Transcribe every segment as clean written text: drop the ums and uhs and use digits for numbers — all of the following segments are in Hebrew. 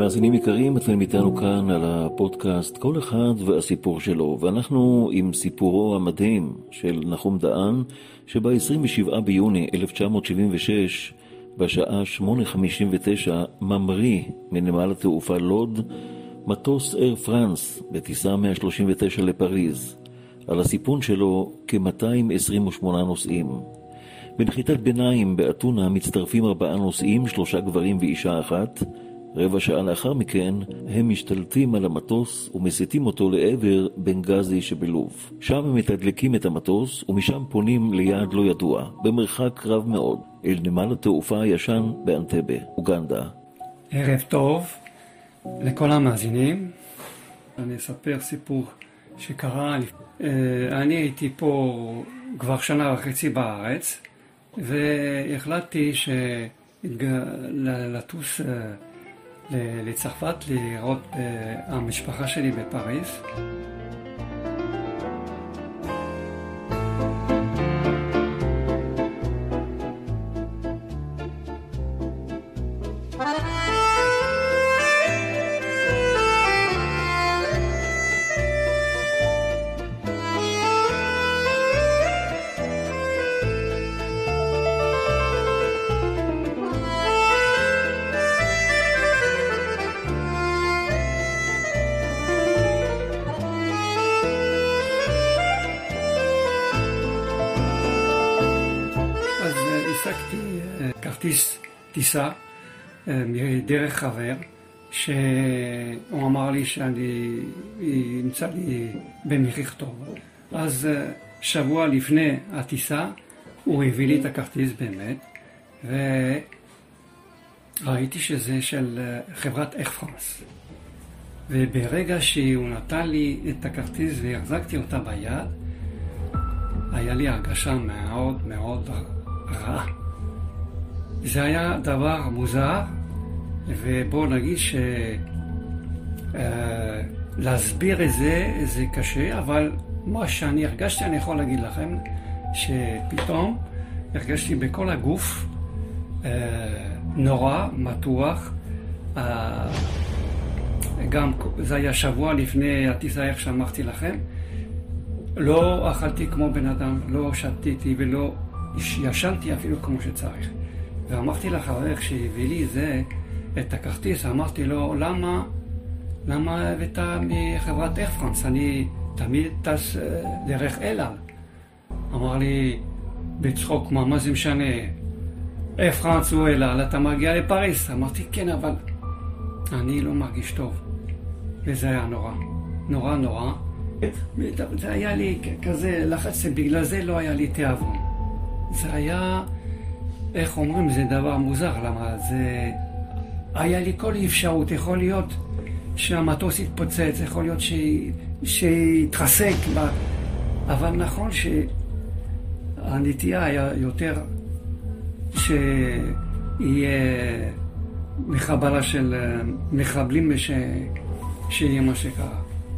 מאזינים יקרים, אתם איתנו כאן על הפודקאסט כל אחד והסיפור שלו, ואנחנו עם סיפורו המדהים של נחום דהן, שב-27 ביוני 1976, בשעה 8:59, ממריא מנמל התעופה לוד, מטוס אייר פרנס בטיסה 139 לפריז. על הסיפון שלו כ-228 נוסעים. בנחיתת ביניים באתונה מצטרפים 4 נוסעים, 3 גברים ואישה אחת. רבע שעה לאחר מכן הם משתלטים על המטוס ומסיתים אותו לעבר בנגזי שבלוב. שם הם מתדלקים את המטוס ומשם פונים ליעד לא ידוע, במרחק רב מאוד, אל נמל התעופה הישן באנטבה, אוגנדה. ערב טוב לכל המאזינים. אני אספר סיפור שקרה. אני הייתי פה כבר 1.5 שנה בארץ, והחלטתי לטוס לצרפת לראות המשפחה שלי בפריז. השגתי כרטיס טיסה דרך חבר, שהוא אמר לי שאני ימצא לי במחיר טוב. אז שבוע לפני הטיסה הוא הביא לי את הכרטיס באמת, וראיתי שזה של חברת אייר פרנס. וברגע שהוא נתן לי את הכרטיס והחזקתי אותה ביד, היה לי הרגשה מאוד מאוד רע. זה היה דבר מוזר, ובואו נגיד להסביר את זה קשה, אבל מה שאני הרגשתי, אני יכול להגיד לכם, שפתאום הרגשתי בכל הגוף נורא, מתוח. גם זה היה שבוע לפני הטיסה, איך שאמרתי לכם. לא אכלתי כמו בן אדם, לא שתיתי ולא ישנתי אפילו כמו שצריך. ואמרתי לחבר שהביא לי את הכרטיס, אמרתי לו, למה הבאת מחברת אייר פרנס? אני תמיד טס דרך אל על. אמר לי בצחוק, מה זה משנה? אייר פרנס הוא אל על, אתה מגיע לפריז. אמרתי, כן, אבל אני לא מרגיש טוב. וזה היה נורא. זה היה לי כזה לחץ, בגלל זה לא היה לי תיאבון. זה היה, איך אומרים, זה דבר מוזר, למה זה היה לי כל אפשרות. יכול להיות שהמטוס יתפוצץ, יכול להיות שיתחסק, אבל נכון שהנטייה היה יותר שיהיה מחבלה של מחבלים שיהיה מה שקרה.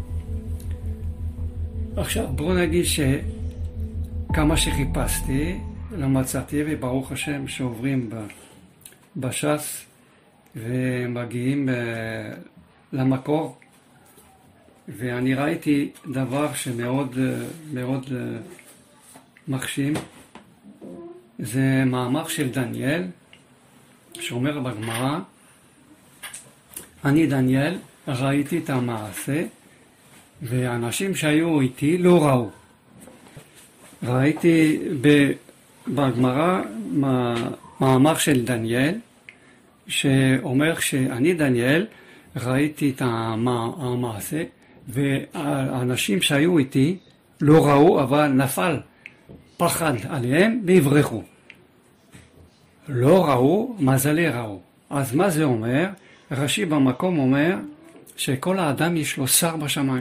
עכשיו בואו נגיד שכמה שחיפשתי לא מצאתי, וברוך השם שעוברים בש"ס ומגיעים למקור, ואני ראיתי דבר שמאוד מאוד מחשים. זה מאמר של דניאל שאומר בגמרא, אני דניאל ראיתי את המעשה ואנשים שהיו איתי לא ראו. ראיתי בגמרא מאמר של דניאל שאומר שאני דניאל ראיתי את המעשה והאנשים שהיו איתי לא ראו, אבל נפל פחד עליהם והברחו. לא ראו, מזלי ראו. אז מה זה אומר? רש"י במקום אומר שכל האדם יש לו שר בשמיים.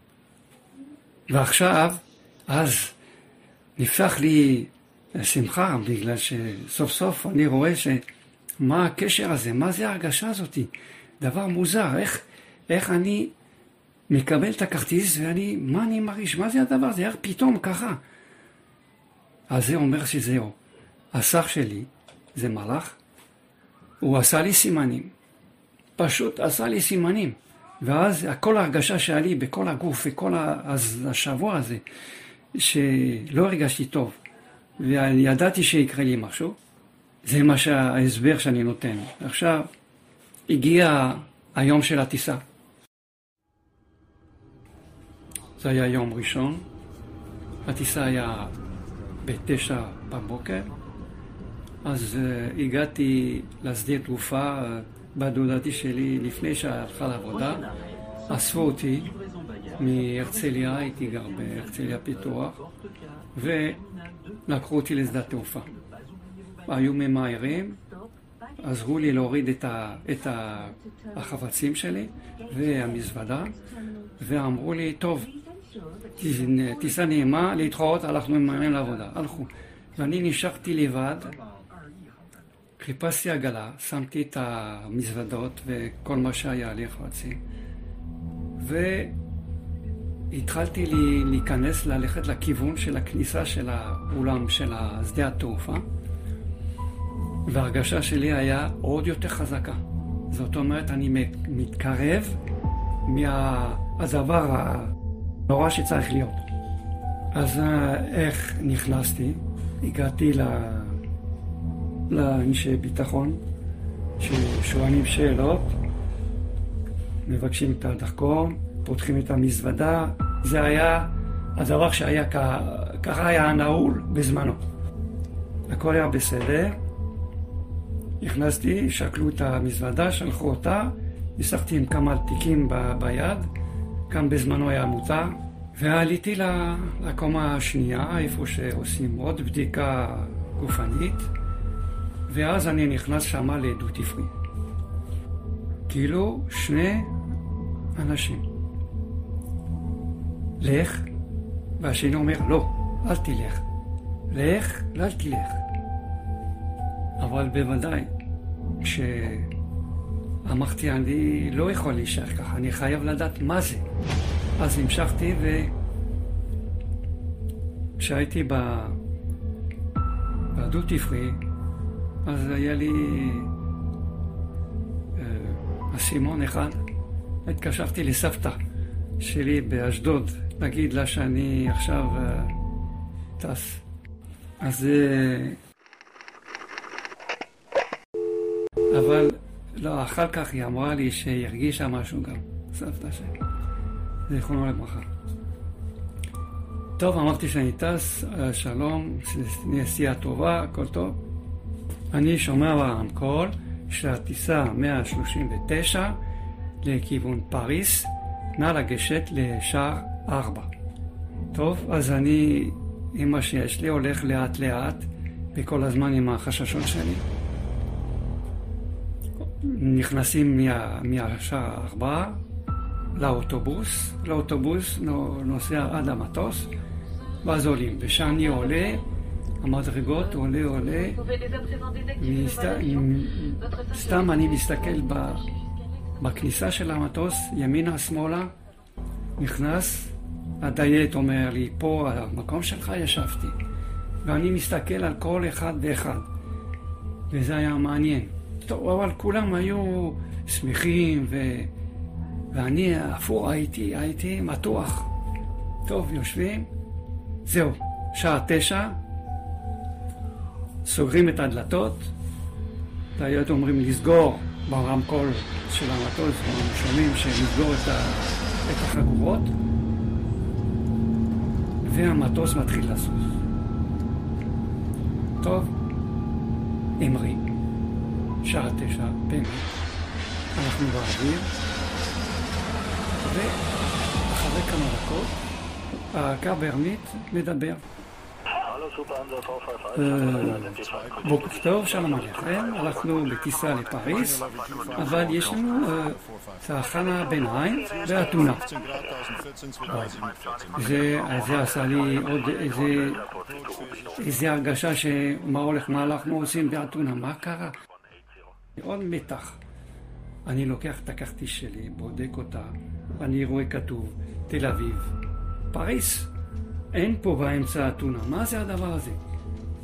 ועכשיו, אז נפתח לי שמחה, בגלל שסוף סוף אני רואה מה הקשר הזה, מה זה ההרגשה הזאת. דבר מוזר, איך אני מקבל את הכרטיס ואני, מה אני מרגיש, מה זה הדבר, זה היה פתאום ככה. אז זה אומר שזהו, השר שלי, זה מלאך, הוא עשה לי סימנים. פשוט עשה לי סימנים. ואז כל ההרגשה שהיה לי בכל הגוף וכל השבוע הזה, שלא הרגשתי טוב, וידעתי שיקרה לי משהו, זה מה שההסבר שאני נותן. עכשיו, הגיע היום של הטיסה. זה היה יום ראשון, הטיסה היה ב9 בבוקר, אז הגעתי לשדה תעופה, בדודתי שלי לפני שהלכה לעבודה, אספו אותי מהרצליה, הייתי גר בהרצליה פיתוח, ולקחו אותי לשדה תעופה. היו ממהרים, עזרו לי להוריד את החפצים שלי והמזוודה, ואמרו לי, טוב, טיסה נעימה, להתחרות, הלכנו ממהרים לעבודה. הלכו. ואני נשארתי לבד, חיפשתי עגלה, שמתי את המזוודות וכל מה שהיה לי חפצים, והתחלתי להיכנס, ללכת לכיוון של הכניסה של האולם של שדה התעופה, וההרגשה שלי היה עוד יותר חזקה. זאת אומרת, אני מתקרב מהדבר הנורא שצריך להיות. אז איך נכנסתי? הגעתי לאנשי ביטחון ששואלים שאלות, מבקשים את הדרכון, פותחים את המזוודה. זה היה הדבר שהיה ככה היה נעול בזמנו. הכל היה בסדר. נכנסתי, שקלו את המזוודה, שלחו אותה, ניסחתי עם כמה תיקים ביד, גם בזמנו היה מותר, ועליתי לקומה השנייה, איפה שעושים עוד בדיקה גופנית, ואז אני נכנס שמה לדיוטי פרי. כאילו שני אנשים. לך, והשני אומר, לא, אל תלך. לך, אל תלך. אבל בוודאי, כשאמרתי, אני לא יכול להישאר ככה, אני חייב לדעת מה זה. אז המשכתי, וכשהייתי בדיוטי פרי, אז היה לי אסימון אחד. התקשרתי לסבתא שלי באשדוד, להגיד לה שאני עכשיו טס. אז אבל לא, אחר כך היא אמרה לי שהיא הרגישה משהו גם, סבתא שלי. זיכרונו לברכה. טוב, אמרתי שאני טס, שלום, נסיעה טובה, הכל טוב. אני שומע ברמקול שהטיסה 139 לכיוון פריס, נא לגשת לשער 4. טוב, אז אני, עם מה שיש לי, הולך לאט לאט, וכל הזמן עם החששות שלי. נכנסים מהשער 4 לאוטובוס נוסע עד המטוס, ואז עולים. ושאני עולה, המדרגות עולה, סתם אני מסתכל בכניסה של המטוס, ימינה, שמאלה, נכנס, הדייט אומר לי, פה המקום שלך ישבתי, ואני מסתכל על כל אחד ואחד, וזה היה מעניין. טוב, אבל כולם היו שמחים, ואני אפור הייתי מתוח. טוב, יושבים, זהו, שעה 9, סוגרים את הדלתות, דייט אומרים לסגור ברמקול של המטוס, שומעים שלסגור את החגורות, והמטוס מתחיל לזוז. טוב, אמרי, שעה 9, באמת, אנחנו באוויר, ואחרי כמה דקות, הקברניט מדבר. בוקר טוב, שלום עליכם, אנחנו בטיסה לפריס, אבל יש לנו צרכנה ביניים באתונה. זה עשה לי עוד איזה הרגשה שמה הולך, מה אנחנו עושים באתונה, מה קרה? עוד מתח. אני לוקח את הכרטיס שלי, בודק אותה, אני רואה כתוב תל אביב, פריס. אין פה באמצע אתונה, מה זה הדבר הזה?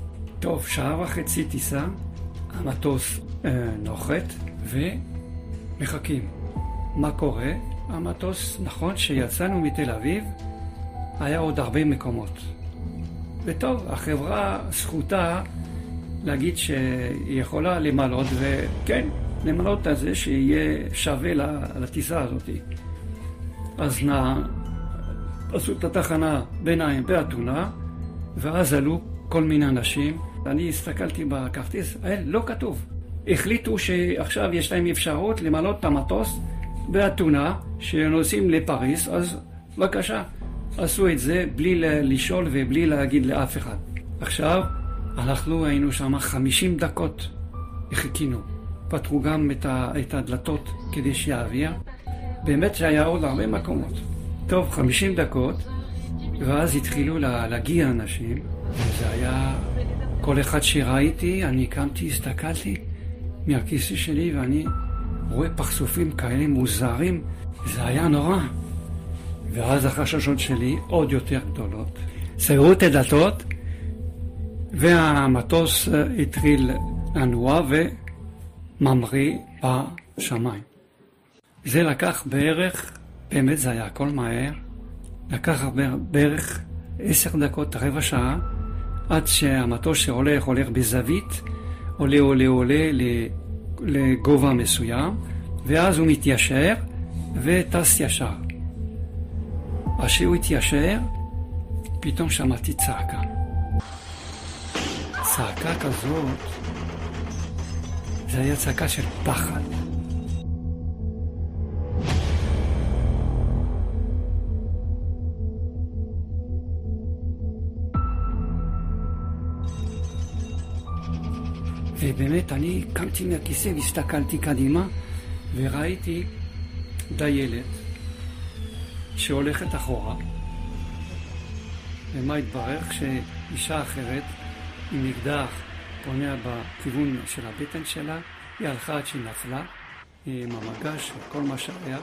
טוב, שעה וחצי טיסה, המטוס נוחת, מחכים. מה קורה? המטוס, נכון שיצאנו מתל אביב, היה עוד הרבה מקומות. וטוב, החברה זכותה להגיד שהיא יכולה למלות, וכן, למלות את זה שיהיה שווה לטיסה הזאת. אז עשו את התחנה ביניים באתונה, ואז עלו כל מיני אנשים. אני הסתכלתי בכרטיס, לא כתוב. החליטו שעכשיו יש להם אפשרות למלות את המטוס באתונה, שנוסעים לפריס, אז בבקשה. עשו את זה בלי לשאול ובלי להגיד לאף אחד. עכשיו, אנחנו היינו שם 50 דקות, חיכינו. פתחו גם את הדלתות כדי שיעביר. באמת שהיה עוד הרבה מקומות. טוב, 50 דקות, ואז התחילו להגיע אנשים, וזה היה כל אחד שראיתי, אני קמתי, הסתכלתי מהכיסא שלי, ואני רואה פרצופים כאלה מוזרים, זה היה נורא. ואז החששות שלי עוד יותר גדולות. סגרו את הדלתות, והמטוס התחיל לנוע וממריא בשמיים. זה לקח בערך, באמת זה היה הכל מהר, לקח בערך 10 דקות, רבע שעה, עד שהמטוס שהולך בזווית, עולה לגובה מסוים, ואז הוא מתיישר וטס ישר. אז שהוא התיישר, פתאום שמעתי צעקה. צעקה כזאת, זה היה צעקה של פחד. ובאמת אני קמתי מהכיסא והסתכלתי קדימה וראיתי דיילת שהולכת אחורה, ומה התברר? כשאישה אחרת עם אקדח פונה בכיוון של הבטן שלה, היא הלכה עד שהיא נפלה עם המגש וכל מה שהיה,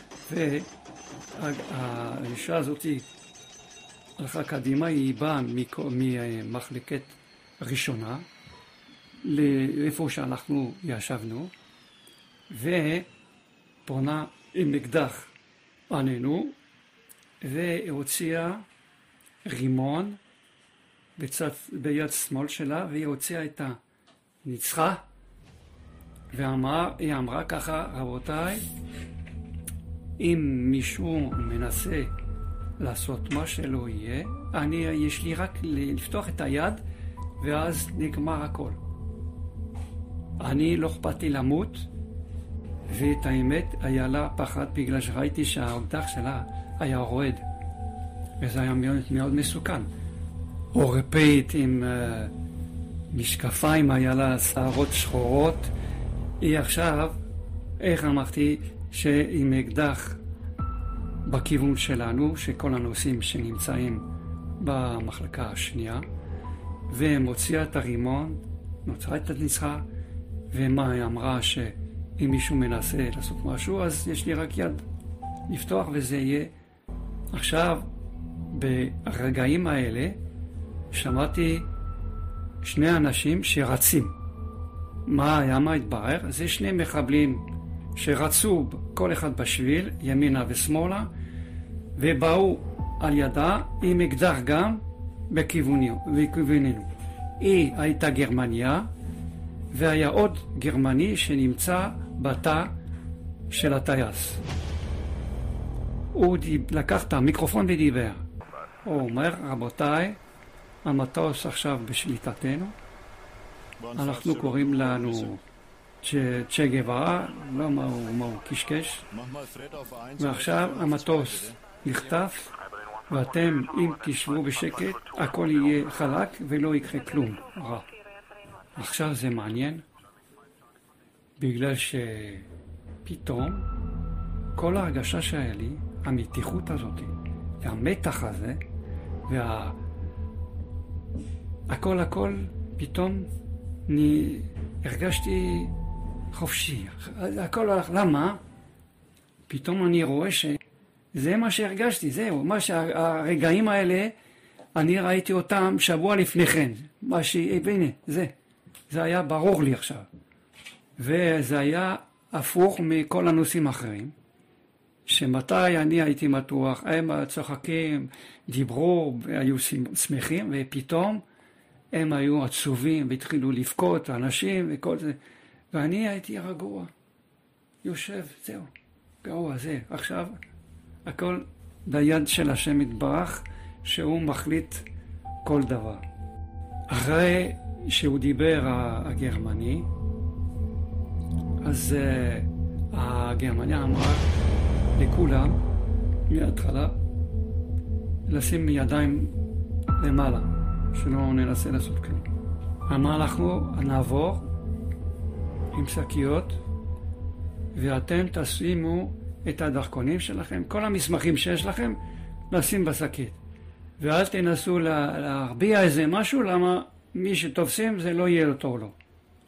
והאישה הזאת הלכה קדימה, היא באה ממחלקת ראשונה לאיפה שאנחנו ישבנו, ופונה עם אקדח עננו, והוציאה רימון ביד שמאל שלה, והיא הוציאה את הנצחה, והיא אמרה ככה, רבותיי, אם מישהו מנסה לעשות מה שלא יהיה, יש לי רק לפתוח את היד, ואז נגמר הכל. אני לא אכפת לי למות, ואת האמת היה לה פחד, בגלל שראיתי שהאקדח שלה היה רועד, וזה היה מאוד, מאוד מסוכן. אורפאית עם משקפיים, היה לה שערות שחורות. היא עכשיו, איך אמרתי, שעם אקדח בכיוון שלנו, שכל הנוסעים שנמצאים במחלקה השנייה, ומוציאה את הרימון, נוצרה את הנצחה, ומה היא אמרה, שאם מישהו מנסה לעשות משהו, אז יש לי רק יד לפתוח וזה יהיה. עכשיו, ברגעים האלה, שמעתי שני אנשים שרצים. מה היה, מה התברר? זה שני מחבלים שרצו כל אחד בשביל, ימינה ושמאלה, ובאו על ידה עם אקדח גם בכיווננו. היא הייתה גרמניה, והיה עוד גרמני שנמצא בתא של הטייס. הוא לקח את המיקרופון ודיבר. הוא אומר, רבותיי, המטוס עכשיו בשליטתנו, אנחנו קוראים לנו צ'ה גווארה, לא מה הוא קשקש, ועכשיו המטוס נחטף, ואתם, אם תשבו בשקט, הכל יהיה חלק ולא יקרה כלום רע. עכשיו זה מעניין, בגלל שפתאום כל ההרגשה שהיה לי, המתיחות הזאת, והמתח הזה, הכל, פתאום הרגשתי חופשי. הכל הלך, למה? פתאום אני רואה שזה מה שהרגשתי, זהו, מה שהרגעים האלה, אני ראיתי אותם שבוע לפני כן. הנה, זה היה ברור לי עכשיו. וזה היה הפוך מכל הנושאים האחרים, שמתי אני הייתי מתוח, הם צוחקים, דיברו, היו שמחים, ופתאום הם היו עצובים והתחילו לבכות, אנשים וכל זה, ואני הייתי רגוע, יושב, זהו, גרוע, זה, עכשיו הכל ביד של השם יתברך, שהוא מחליט כל דבר. אחרי שהוא דיבר הגרמני, אז הגרמניה אמרה לכולם, מההתחלה, לשים ידיים למעלה, שלא ננסה לעשות כלום. אמר אנחנו נעבור עם שקיות, ואתם תשימו את הדרכונים שלכם, כל המסמכים שיש לכם, לשים בשקית. ואל תנסו להרביע איזה משהו, למה מי שתופסים זה לא יהיה לו טוב לו.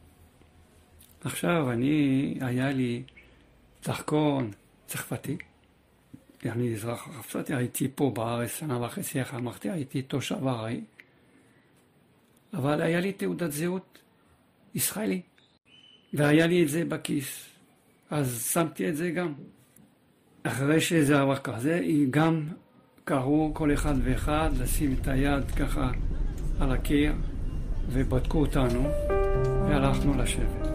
עכשיו היה לי דרכון צרפתי, אני אזרח צרפתי, הייתי פה בארץ שנה וחצי, איך אמרתי, הייתי תושב ארעי, אבל היה לי תעודת זהות ישראלי, והיה לי את זה בכיס, אז שמתי את זה גם. אחרי שזה עבר כזה, גם קראו כל אחד ואחד לשים את היד ככה על הקיר, ובדקו אותנו, והלכנו לשבת.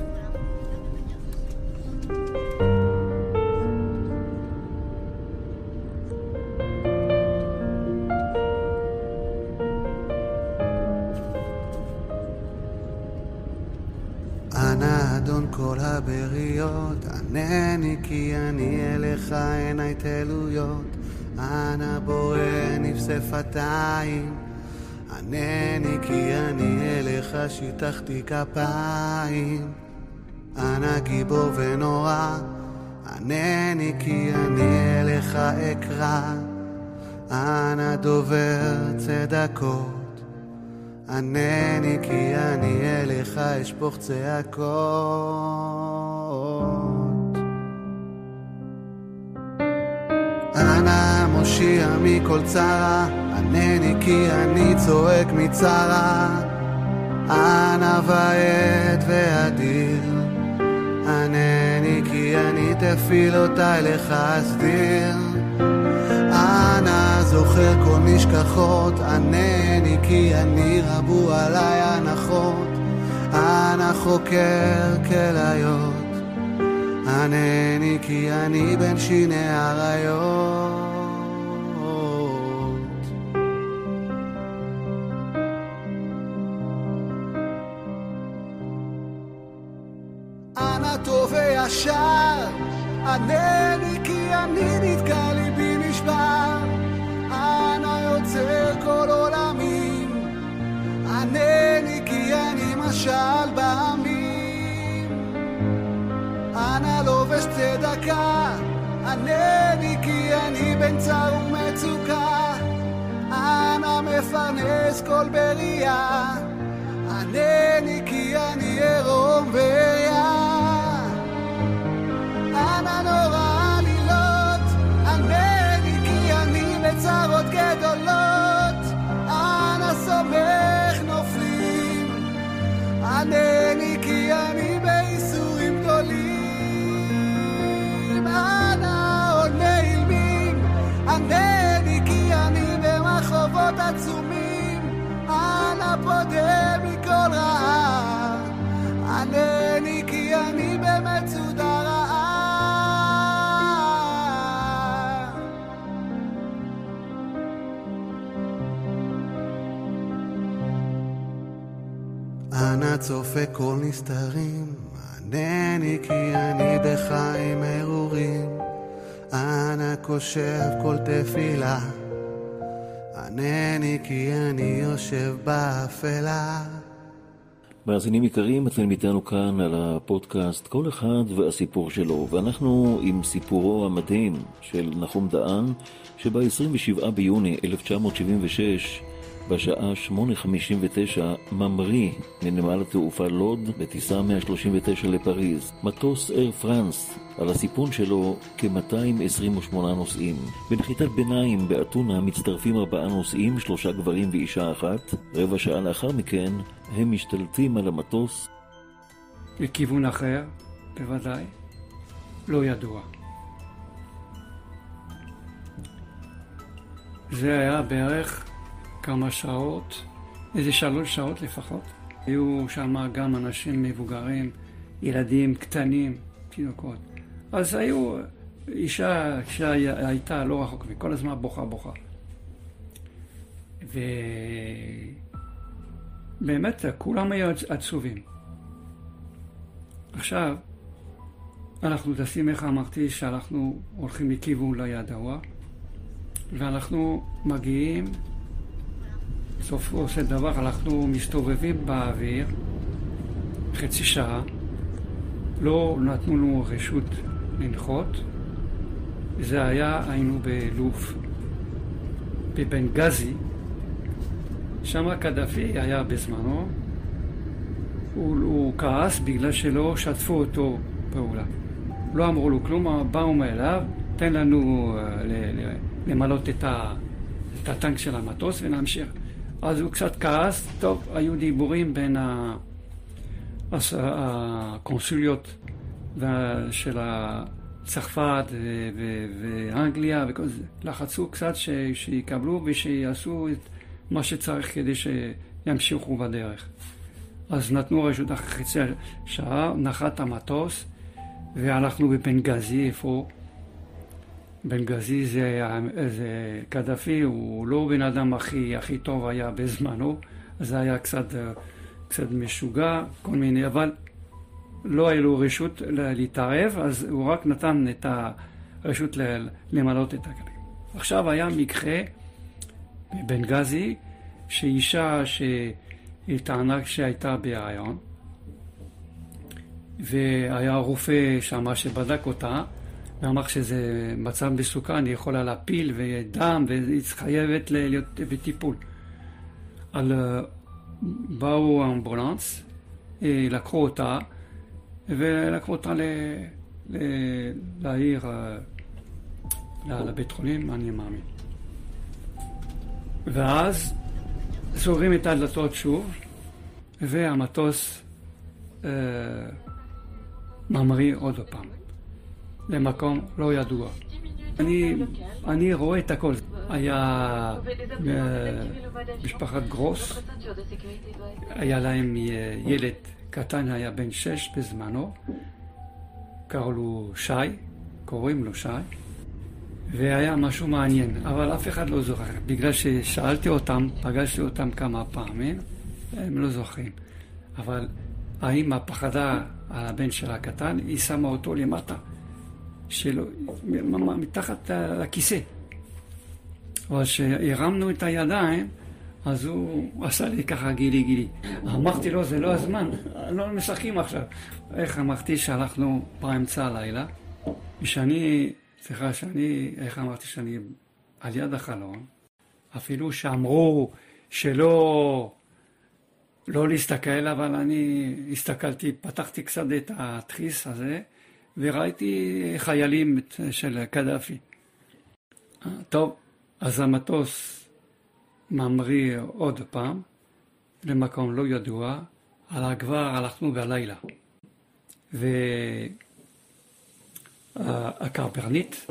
אנא אדון כל הבריות, ענני כי אני אליך עיניי תלויות. אנא בורא נפסי שפתיים, ענני כי אני אליך שיטחתי כפיים. אנא גיבור ונורא, ענני כי אני אליך אקרא. אנא דובר צדקות, ענני כי אני אליך אשפוך צעקות. אנא מושיע מכל צרה, ענני כי אני צועק מצרה. אנא ועד ואדיר, ענני כי אני תפילותיי לך אסדיר. אנא זוכר כל נשכחות, ענני כי אני רבו עליי הנחות. אנא חוקר כליות, ענני כי אני בין שיני עריות. אנא טוב וישר, ענני כי אני נתקע ליבי נשבר. אנא יוצר כל עולמים, ענני כי אני משל בעמים. אנא לובש צדקה, ענני כי אני בן צר ומצוקה. אנא מפרנס כל בריאה, ענני כי אני ערום ועריה. אנא נורא עלילות, ענני כי אני בצרות גדולות. אנא סומך נופלים, ענני כי אני בייסורים גדולים. אנא עונה אילמים, ענני כי אני במחובות עצומים. אנא פודה מכל רעה, ענני כי אני במצודה רעה. אנא צופה כל נסתרים, ענני כי אני בחיים ארורים. אנא קושב כל תפילה, ענני כי אני יושב באפלה. מאזינים יקרים, אתם איתנו כאן על הפודקאסט כל אחד והסיפור שלו, ואנחנו עם סיפורו המדהים של נחום דהן, שב-27 ביוני 1976 בשעה 8:59 ממריא מנמל התעופה לוד בטיסה 139 לפריז, מטוס אייר פרנס, על הסיפון שלו כ-228 נוסעים. בנחיתת ביניים באתונה מצטרפים 4 נוסעים, 3 גברים ואישה אחת. רבע שעה לאחר מכן הם משתלטים על המטוס לכיוון אחר, בוודאי, לא ידוע. זה היה בערך כמה שעות, איזה 3 שעות לפחות. היו שם גם אנשים מבוגרים, ילדים קטנים, תינוקות. אז היו אישה שהייתה לא רחוק וכל הזמן בוכה. ובאמת כולם היו עצובים. עכשיו, אנחנו טסים, איך אמרתי, שאנחנו הולכים לכיוון לידוע, ואנחנו מגיעים, סופו של דבר, אנחנו מסתובבים באוויר, חצי שעה, לא נתנו לנו רשות לנחות, זה היינו בלוב, בבנגזי, שם קדאפי היה בזמנו, הוא כעס בגלל שלא שתפו אותו פעולה. לא אמרו לו כלום, באו מאליו, תן לנו למלות את הטנק של המטוס ונמשיך. אז הוא קצת כעס, טוב, היו דיבורים בין הקונסוליות של צרפת ואנגליה וכל זה. לחצו קצת שיקבלו ושיעשו את מה שצריך כדי שימשיכו בדרך. אז נתנו רשות אחרי חצי שעה, נחת המטוס והלכנו בבנגזי. איפה? בנגזי זה קדאפי, הוא לא בן אדם הכי טוב היה בזמנו, זה היה קצת משוגע, כל מיני, אבל לא היה לו רשות להתערב, אז הוא רק נתן את הרשות למלות את הכלים. עכשיו היה מקרה בבנגזי, שאישה שהיא טענה שהייתה בהיריון, והיה רופא שמה שבדק אותה, ואמר שזה מצב מסוכן, היא יכולה להפיל ודם, והיא חייבת להיות בטיפול. באו האמבולנס, לקחו אותה, ולקחו אותה לעיר, לבית חולים, אני מאמין. ואז סוגרים את הדלתות שוב, והמטוס ממריא עוד פעם, למקום לא ידוע. אני רואה את הכל. היה משפחת גרוס, היה להם ילד קטן, היה בן 6 בזמנו, קוראים לו שי, והיה משהו מעניין, אבל אף אחד לא זוכר, בגלל ששאלתי אותם, פגשתי אותם כמה פעמים, הם לא זוכרים. אבל האמא פחדה על הבן שלה הקטן, היא שמה אותו למטה, מתחת לכיסא. אבל כשהרמנו את הידיים, אז הוא עשה לי ככה גילי. אמרתי לו, זה לא הזמן, לא משחקים עכשיו. איך אמרתי שהלכנו באמצע הלילה, איך אמרתי שאני על יד החלון, אפילו שאמרו שלא להסתכל, אבל אני הסתכלתי, פתחתי קצת את התחיס הזה, וראיתי חיילים של קדאפי. טוב, אז המטוס ממריא עוד פעם, למקום לא ידוע, על כבר הלכנו בלילה. והקרפרנית,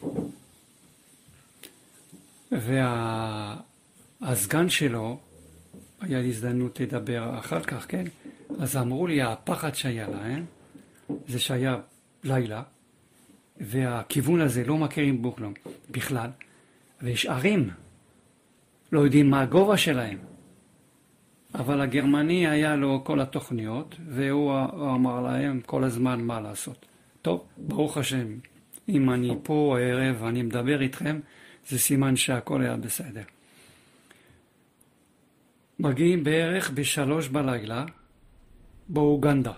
והסגן שלו, היה לי הזדמנות לדבר אחר כך, כן? אז אמרו לי, הפחד שהיה להם, זה שהיה לילה, והכיוון הזה לא מכירים בו כלום, בכלל, ויש ערים, לא יודעים מה הגובה שלהם. אבל הגרמני היה לו כל התוכניות, והוא אמר להם כל הזמן מה לעשות. טוב, ברוך השם, אם אני פה הערב ואני מדבר איתכם, זה סימן שהכל היה בסדר. מגיעים בערך ב3 בלילה באוגנדה.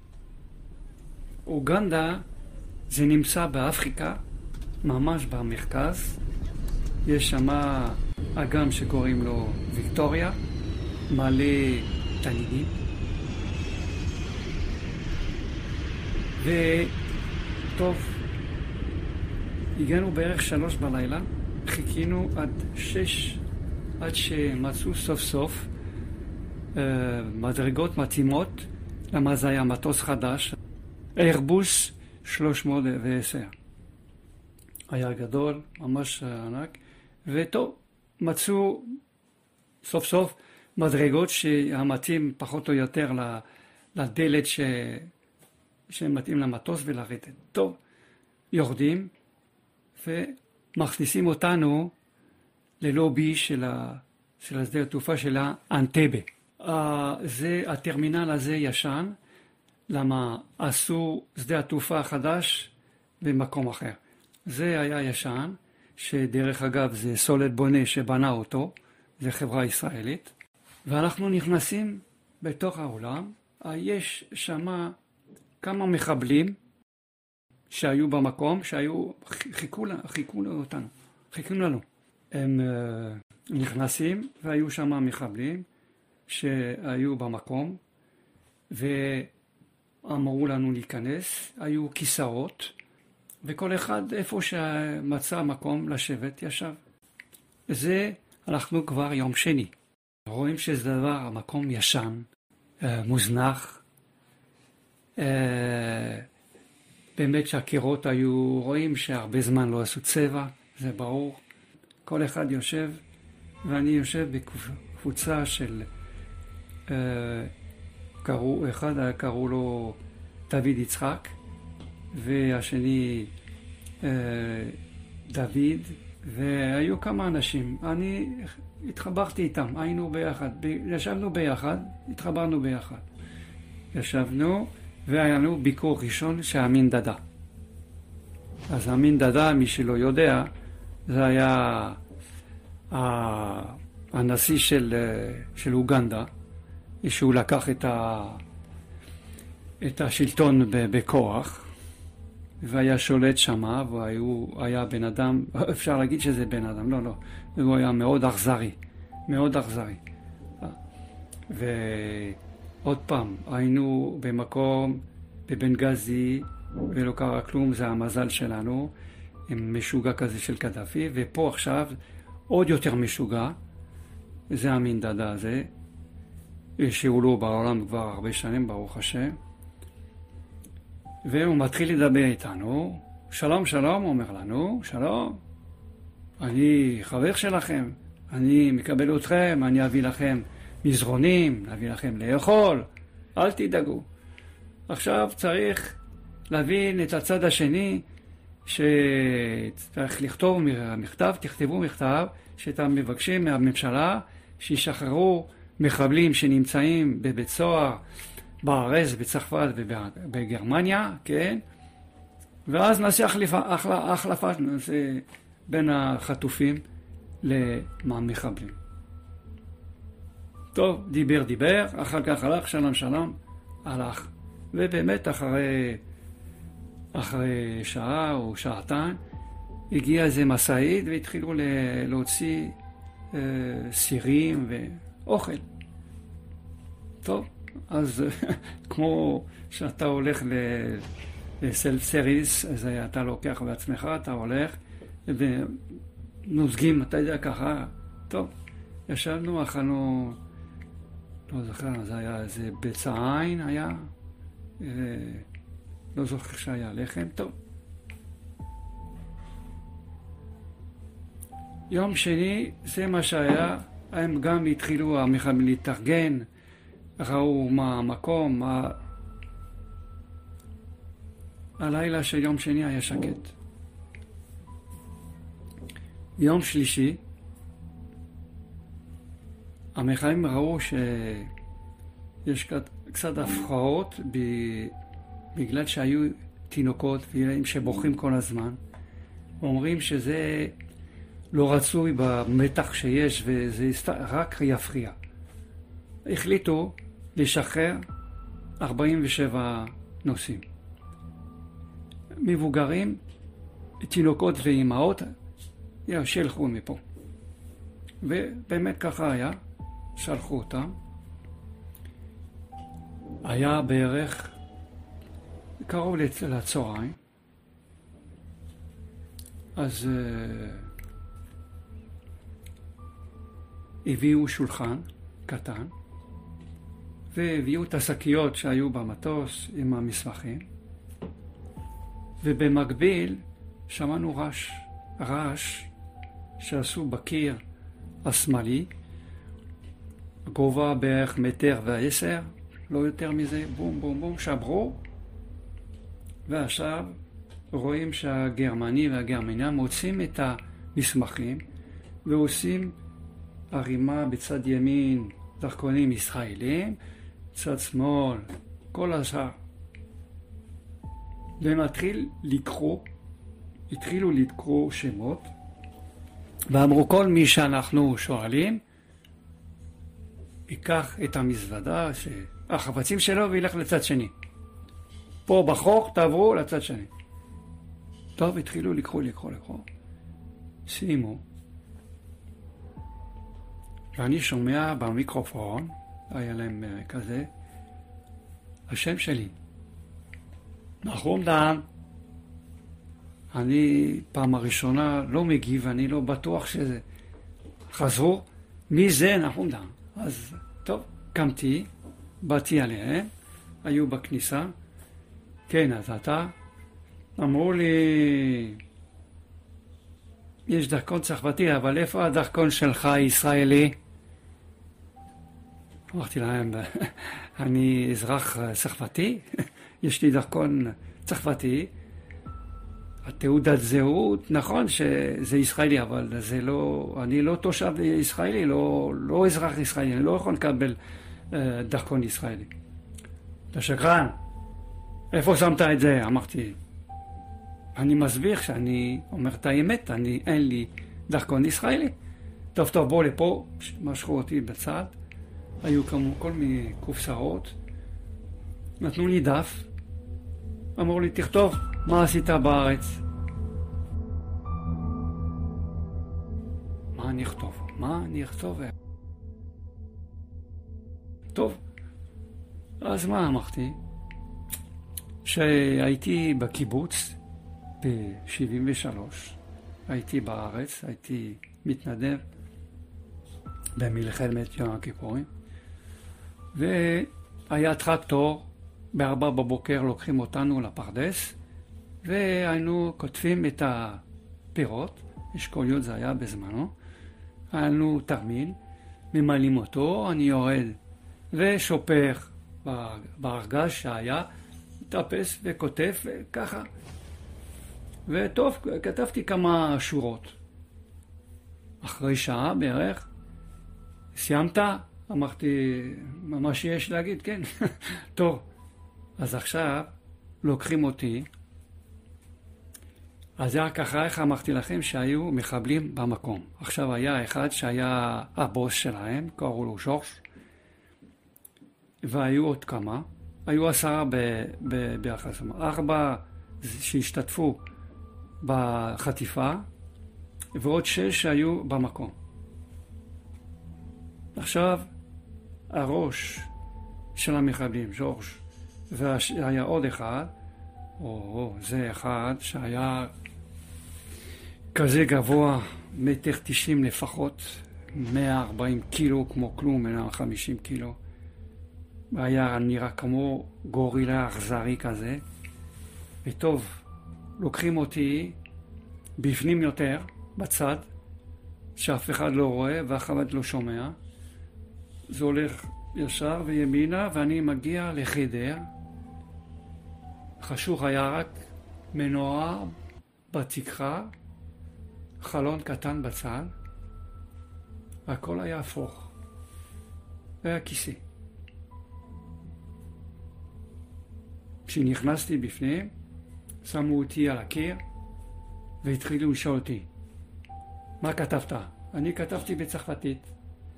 אוגנדה זה נמצא באפריקה, ממש במרכז. יש שם אגם שקוראים לו ויקטוריה, מלא תנינים. וטוב, הגענו בערך 3 בלילה, חיכינו עד 6, עד שמצאו סוף סוף מדרגות מתאימות, למה זה היה מטוס חדש, איירבוס 310. היה גדול, ממש ענק, וטוב, מצאו סוף סוף מדרגות שהמתאים פחות או יותר לדלת שמתאים למטוס ולרדת. טוב, יורדים ומכניסים אותנו ללובי של שדה התעופה של אנטבה. הטרמינל הזה ישן, למה עשו שדה התעופה חדש במקום אחר. זה היה ישן, שדרך אגב זה סולד בונה שבנה אותו, זה חברה ישראלית, ואנחנו נכנסים בתוך העולם. יש שמה כמה מחבלים שהיו במקום, חיכו לנו. הם נכנסים והיו שמה מחבלים שהיו במקום, ואמרו לנו להיכנס. היו כיסאות, וכל אחד איפה שמצא מקום לשבת ישב. זה אנחנו כבר יום שני. רואים שזה דבר, המקום ישן, מוזנח. באמת שהקירות היו, רואים שהרבה זמן לא עשו צבע, זה ברור. כל אחד יושב, ואני יושב בקבוצה של, קראו לו דוד יצחק, והשני דוד, והיו כמה אנשים. אני התחברתי איתם, היינו ביחד, ישבנו ביחד, התחברנו ביחד. ישבנו, והיה לנו ביקור ראשון שהאמין דדה. אז האמין דדה, מי שלא יודע, זה היה הנשיא של אוגנדה, שהוא לקח את השלטון בכוח, והיה שולט שמה, והיה בן אדם, אפשר להגיד שזה בן אדם, לא, הוא היה מאוד אכזרי, מאוד אכזרי. ועוד פעם, היינו במקום, בבנגזי, ולא קרה כלום, זה המזל שלנו, עם משוגע כזה של קדאפי, ופה עכשיו עוד יותר משוגע, זה המין דדה הזה, שהוא לא בעולם כבר הרבה שנים, ברוך השם, והוא מתחיל לדבר איתנו, שלום שלום, הוא אומר לנו, שלום, אני חבר שלכם, אני מקבל אתכם, אני אביא לכם מזרונים, אביא לכם לאכול, אל תדאגו. עכשיו צריך להבין את הצד השני, שצריך לכתוב מכתב, תכתבו מכתב, שאתם מבקשים מהממשלה שישחררו מחבלים שנמצאים בבית סוהר, בארץ, בצרפת ובגרמניה, כן? ואז נעשה החלפה בין החטופים למחבלים. טוב, דיבר, אחר כך הלך, שלום, הלך. ובאמת אחרי שעה או שעתיים, הגיע איזה מסעית והתחילו להוציא סירים ואוכל. טוב, אז כמו שאתה הולך לסלף סריס, אז אתה לוקח בעצמך, אתה הולך ונוזגים, אתה יודע ככה. טוב, ישבנו, אכלנו, לא זוכר, זה היה איזה ביצה עין היה, לא זוכר שהיה לחם. טוב. יום שני, זה מה שהיה, הם גם התחילו להתארגן, ראו מה המקום, הלילה של יום שני היה שקט. יום שלישי, המחאים ראו שיש קצת הפרעות בגלל שהיו תינוקות וילדים שבוכים כל הזמן. אומרים שזה לא רצוי במתח שיש וזה רק יפריע. החליטו לשחרר 47 נוסעים. מבוגרים, תינוקות ואימהות, שלחו מפה. ובאמת ככה היה, שלחו אותם. היה בערך קרוב לצהריים. אז הביאו שולחן קטן, והביאו את השקיות שהיו במטוס עם המסמכים, ובמקביל שמענו רעש שעשו בקיר השמאלי, גובה בערך 1.10 מטר, לא יותר מזה, בום בום בום, שברו, ועכשיו רואים שהגרמני והגרמניה מוצאים את המסמכים ועושים ערימה בצד ימין דרכונים ישראלים, צד שמאל כל השאר, והם התחילו לקרוא שמות, ואמרו כל מי שאנחנו שואלים ייקח את המזוודה, החפצים שלו, וילך לצד שני. פה בחור תעברו לצד שני. טוב, התחילו לקרוא. סיימו. ואני שומע במיקרופון, היה להם כזה, השם שלי. נחום דהן. אני פעם הראשונה לא מגיב, אני לא בטוח שזה. חזרו, מי זה נחום דהן? אז טוב, קמתי, באתי עליהם, היו בכניסה, כן, אז אתה, אמרו לי, יש דרכון צרפתי, אבל איפה הדרכון שלך ישראלי? אמרתי להם, אני אזרח צרפתי, יש לי דרכון צרפתי, התעודת זהות, נכון שזה ישראלי, אבל זה לא, אני לא תושב ישראלי, לא אזרח ישראלי, אני לא יכול לקבל דרכון ישראלי. אתה שקרן, איפה שמת את זה? אמרתי, אני מסביר שאני אומר את האמת, אין לי דרכון ישראלי. טוב, בוא לפה, משכו אותי בצד, היו כמו כל מיני קופסאות, נתנו לי דף, אמרו לי, תכתוב מה עשית בארץ. מה אני אכתוב? טוב, אז מה אמרתי? שהייתי בקיבוץ ב-73, הייתי בארץ, הייתי מתנדב במלחמת יום הכיפורים, והיה טרקטור, ב-4 בבוקר לוקחים אותנו לפרדס, והיינו כותבים את הפירות, אשכוליות זה היה בזמנו, היינו תרמיל, ממלאים אותו, אני יורד ושופך בארגז שהיה, מתאפס וכותב וככה. וטוב, כתבתי כמה שורות. אחרי שעה בערך, סיימת? אמרתי, ממש יש להגיד, כן. טוב, אז עכשיו לוקחים אותי. אז זה רק ככה, איך אמרתי לכם שהיו מחבלים במקום. עכשיו היה אחד שהיה הבוס שלהם, קראו לו ז'ורש, והיו עוד כמה, היו 10 ביחס, 4 שהשתתפו בחטיפה, ועוד 6 שהיו במקום. עכשיו, הראש של המחבלים, ז'ורש, והיה עוד אחד, זה אחד שהיה כזה גבוה, 1.90 מטר לפחות, 140 קילו כמו כלום, 150 קילו. היה נראה כמו גורילה אכזרי כזה. וטוב, לוקחים אותי בפנים יותר, בצד, שאף אחד לא רואה ואף אחד לא שומע. זה הולך ישר וימינה, ואני מגיע לחדר. חשוך היה רק מנוע בתקרה, חלון קטן בצד, והכל היה הפוך. והיה כיסא. כשנכנסתי בפנים, שמו אותי על הקיר, והתחילו לשאול אותי, מה כתבת? אני כתבתי בצרפתית.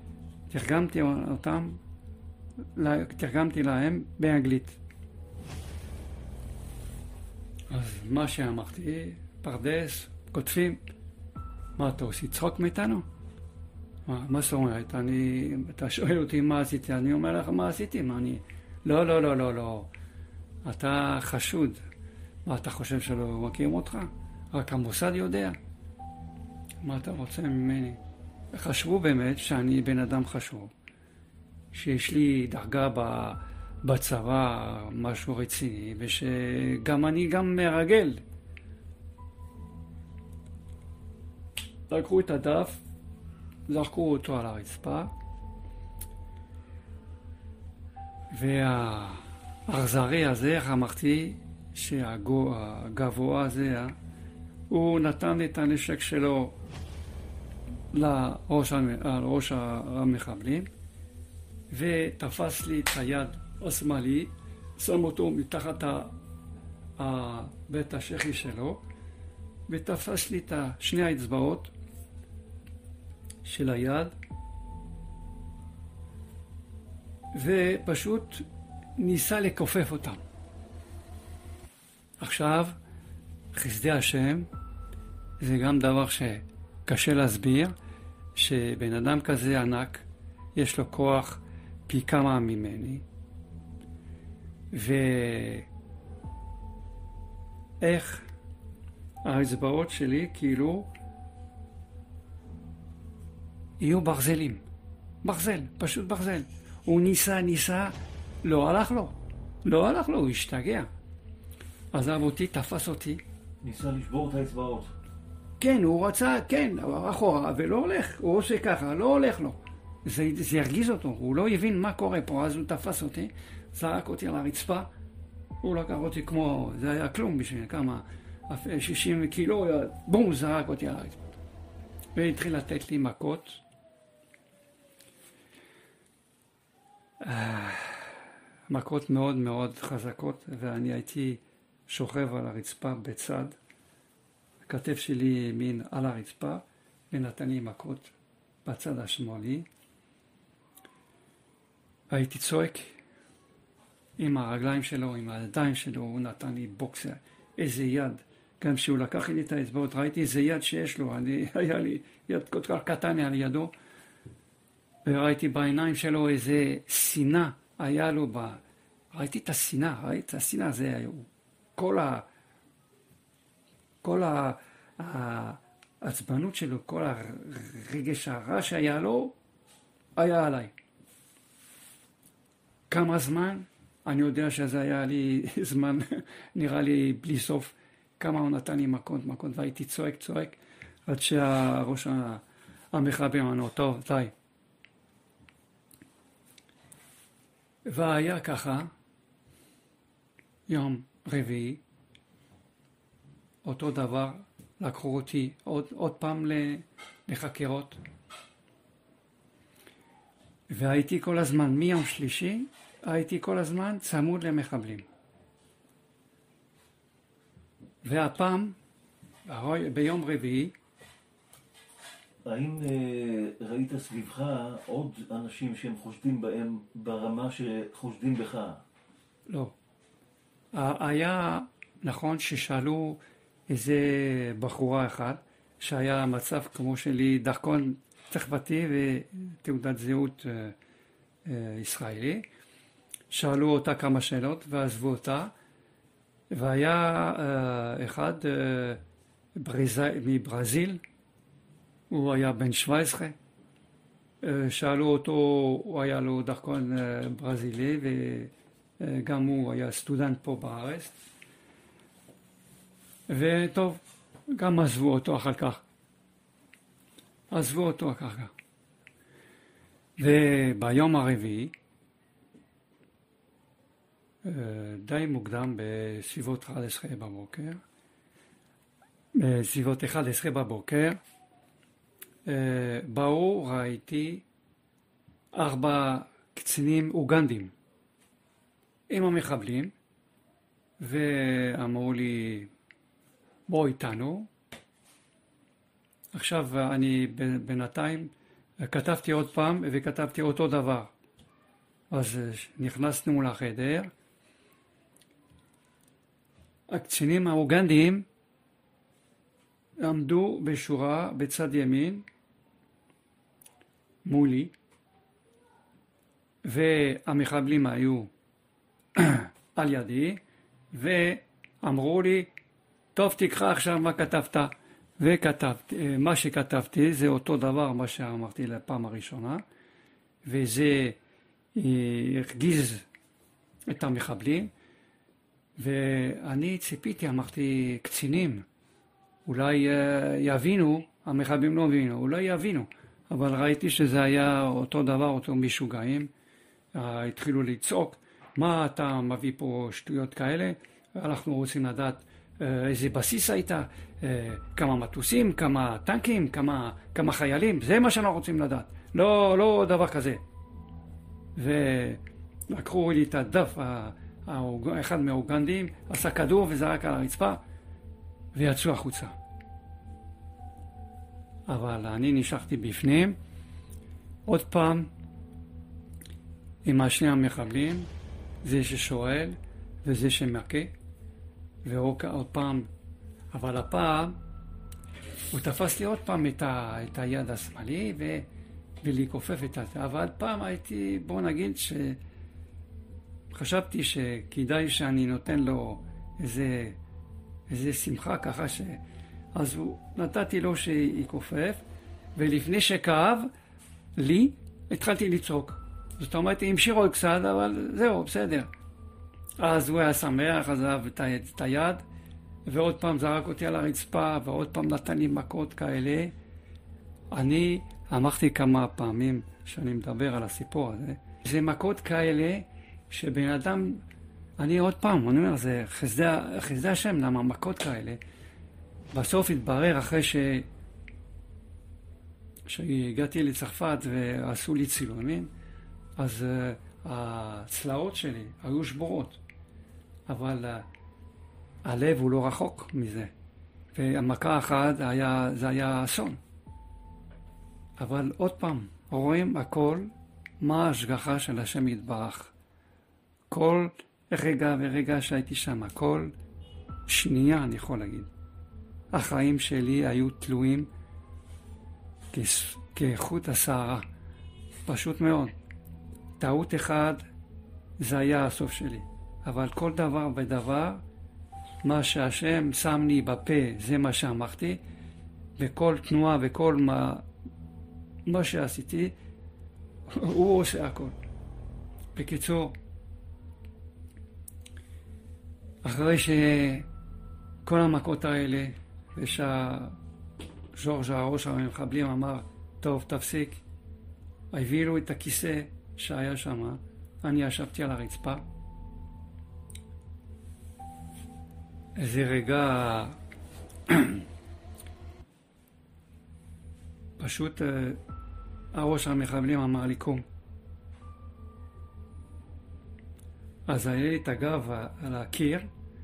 תרגמתי להם באנגלית. אז מה שאמרתי, פרדס, כותבים, מה אתה עושה? צחוק מאיתנו? מה זאת אומרת? אתה שואל אותי מה עשיתי, אני אומר לך מה עשיתי, לא. אתה חשוד. מה אתה חושב שלא מכירים אותך? רק המוסד יודע. מה אתה רוצה ממני? חשבו באמת שאני בן אדם חשוב. שיש לי דרגה בצבא, משהו רציני, ושגם אני גם מרגל לקחו את הדף, זרקו אותו על הרצפה, והאכזרי הזה, איך אמרתי, שהגבוה הזה, הוא נתן את הנשק שלו על ראש המחבלים, ותפס לי את היד השמאלי, שם אותו מתחת בית השחי שלו, ותפס לי את שני האצבעות של היד, ופשוט ניסה לכופף אותם. עכשיו, חסדי השם, זה גם דבר שקשה להסביר, שבן אדם כזה ענק, יש לו כוח פי כמה ממני, ואיך האצבעות שלי כאילו יהיו ברזלים. ברזל, פשוט ברזל. הוא ניסה, לא הלך לו, הוא השתגע. עזב אותי, תפס אותי. ניסה לשבור את האצבעות. כן, הוא רצה, כן, אחורה, ולא הולך. הוא עושה ככה, לא הולך לו. זה הרגיז אותו, הוא לא הבין מה קורה פה, אז הוא תפס אותי, זרק אותי על הרצפה, הוא לקח אותי כמו, זה היה כלום בשביל כמה, 60 קילו, בום, זרק אותי על הרצפה. והתחיל לתת לי מכות. מכות מאוד מאוד חזקות, ואני הייתי שוכב על הרצפה בצד, הכתף שלי ימין על הרצפה, ונתן לי מכות בצד השמאלי. הייתי צועק עם הרגליים שלו, עם הידיים שלו, הוא נתן לי בוקסר, איזה יד. גם כשהוא לקח לי את האצבעות, ראיתי איזה יד שיש לו, היה לי יד כל כך קטן על ידו, וראיתי בעיניים שלו איזה שנאה היה לו, ראיתי את השנאה, זה היה, כל העצבנות שלו, כל הרגש הרע שהיה לו, היה עליי. כמה זמן? אני יודע שזה היה לי זמן, נראה לי בלי סוף, כמה הוא נתן לי מכות, והייתי צועק, עד שהראש המחבל אמר, טוב, די. והיה ככה, יום רביעי, אותו דבר, לקחו אותי עוד פעם לחקירות, והייתי כל הזמן, מיום שלישי, הייתי כל הזמן צמוד למחבלים. והפעם, ביום רביעי, האם ראית סביבך עוד אנשים שהם חושדים בהם ברמה שחושדים בך? לא. היה נכון ששאלו איזה בחורה אחת, שהיה מצב כמו שלי, דרכון צרפתי ותעודת זהות ישראלי. שאלו אותה כמה שאלות ועזבו אותה. והיה אחד מברזיל, הוא היה בן 17, שאלו אותו, הוא היה לו דרכון ברזילי, וגם הוא היה סטודנט פה בארץ. וטוב, גם עזבו אותו אחר כך. וביום הרביעי, די מוקדם, בסביבות 11 בבוקר, באו, ראיתי 4 קצינים אוגנדים עם המחבלים, ואמרו לי, בוא איתנו. עכשיו אני בינתיים כתבתי עוד פעם וכתבתי אותו דבר. אז נכנסנו לחדר, הקצינים האוגנדיים עמדו בשורה בצד ימין מולי, והמחבלים היו על ידי, ואמרו לי, טוב, תקרא עכשיו מה כתבת. וכתבתי, מה שכתבתי זה אותו דבר מה שאמרתי לפעם הראשונה, וזה הרגיז את המחבלים, ואני ציפיתי, אמרתי, קצינים, אולי יבינו, המחבלים לא הבינו, אולי יבינו, אבל ראיתי שזה היה אותו דבר, אותו משוגעים, התחילו לצעוק, מה אתה מביא פה שטויות כאלה, אנחנו רוצים לדעת איזה בסיס הייתה, כמה מטוסים, כמה טנקים, כמה חיילים, זה מה שאנחנו רוצים לדעת, לא דבר כזה. ולקחו לי את הדף, אחד מהאוגנדים, עשה כדור וזרק על הרצפה, ויצאו החוצה. אבל אני נשארתי בפנים, עוד פעם, עם השני המחבלים, זה ששואל וזה שמכה, ועוד פעם, אבל הפעם, הוא תפס לי עוד פעם את היד השמאלי, ולהכופף את זה. אבל פעם הייתי, בוא נגיד חשבתי שכדאי שאני נותן לו איזה שמחה ככה אז נתתי לו שיכופף, ולפני שכאב לי, התחלתי לצעוק. זאת אומרת, המשיכו עוד קצת, אבל זהו, בסדר. אז הוא היה שמח, עזב את היד, ועוד פעם זרק אותי על הרצפה, ועוד פעם נתן לי מכות כאלה. אני אמרתי כמה פעמים שאני מדבר על הסיפור הזה, זה מכות כאלה שבן אדם, אני עוד פעם, אני אומר, זה חסדי השם, למה מכות כאלה. בסוף התברר אחרי שהגעתי לצרפת ועשו לי צילומים, אז הצלעות שלי היו שבורות, אבל הלב הוא לא רחוק מזה, והמכה אחת זה היה אסון. אבל עוד פעם, רואים הכל, מה ההשגחה של השם יתברך. כל רגע ורגע שהייתי שם, כל שנייה אני יכול להגיד. החיים שלי היו תלויים כחוט השערה. פשוט מאוד. טעות אחד, זה היה הסוף שלי. אבל כל דבר ודבר, מה שהשם שם לי בפה, זה מה שאמרתי, וכל תנועה וכל מה שעשיתי, הוא עושה הכל. בקיצור, אחרי שכל המכות האלה, ושז'ורג' הראש המחבלים אמר, טוב, תפסיק. הביאו את הכיסא שהיה שם, אני ישבתי על הרצפה. איזה רגע, פשוט הראש המחבלים אמר לי קום. אז היה לי את הגב על הקיר,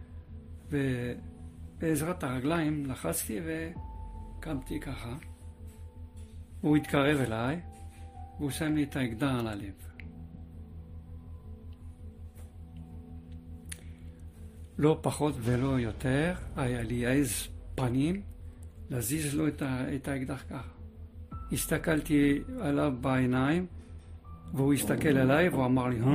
ובעזרת הרגליים לחצתי וקמתי ככה. הוא התקרב אליי, והוא שם לי את האקדח על הלב. לא פחות ולא יותר, היה לי עז פנים להזיז לו את האקדח ככה. הסתכלתי עליו בעיניים, והוא הסתכל עליי והוא אמר לי,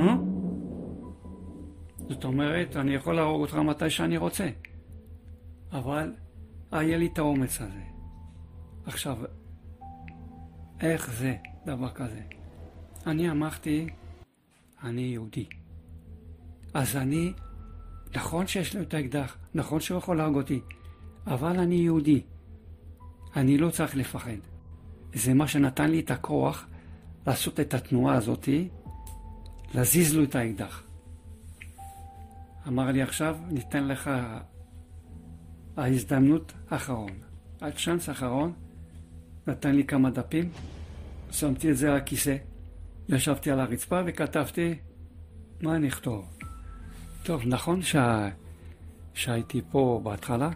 זאת אומרת, אני יכול להרוג אותך מתי שאני רוצה. אבל היה לי את האומץ הזה. עכשיו, איך זה דבר כזה? אני אמרתי, אני יהודי. אז אני, נכון שיש לו את האקדח, נכון שהוא יכול להרוג אותי, אבל אני יהודי. אני לא צריך לפחד. זה מה שנתן לי את הכוח לעשות את התנועה הזאת, להזיז לו את האקדח. אמר לי עכשיו, ניתן לך ההזדמנות האחרון. הצ'אנס האחרון, נתן לי כמה דפים, שמתי את זה על הכיסא, ישבתי על הרצפה וכתבתי, מה אני אכתוב? טוב, נכון שהייתי פה בהתחלה,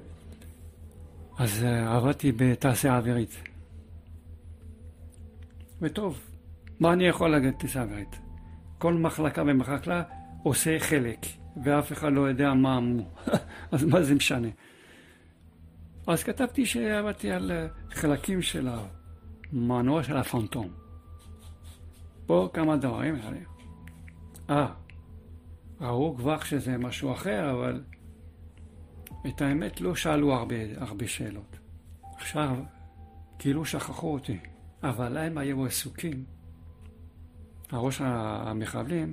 אז עבדתי בתעשייה אווירית. וטוב, מה אני יכול להגיד תעשייה אווירית? כל מחלקה ומחלקה עושה חלק, ואף אחד לא יודע מה אמרו. אז מה זה משנה? אז כתבתי שעבדתי על חלקים של המנוע של הפנטום. פה כמה דברים. ראו כבר שזה משהו אחר, אבל את האמת לא שאלו הרבה שאלות. עכשיו, כאילו שכחו אותי, אבל הם היו עסוקים. הראש המחבלים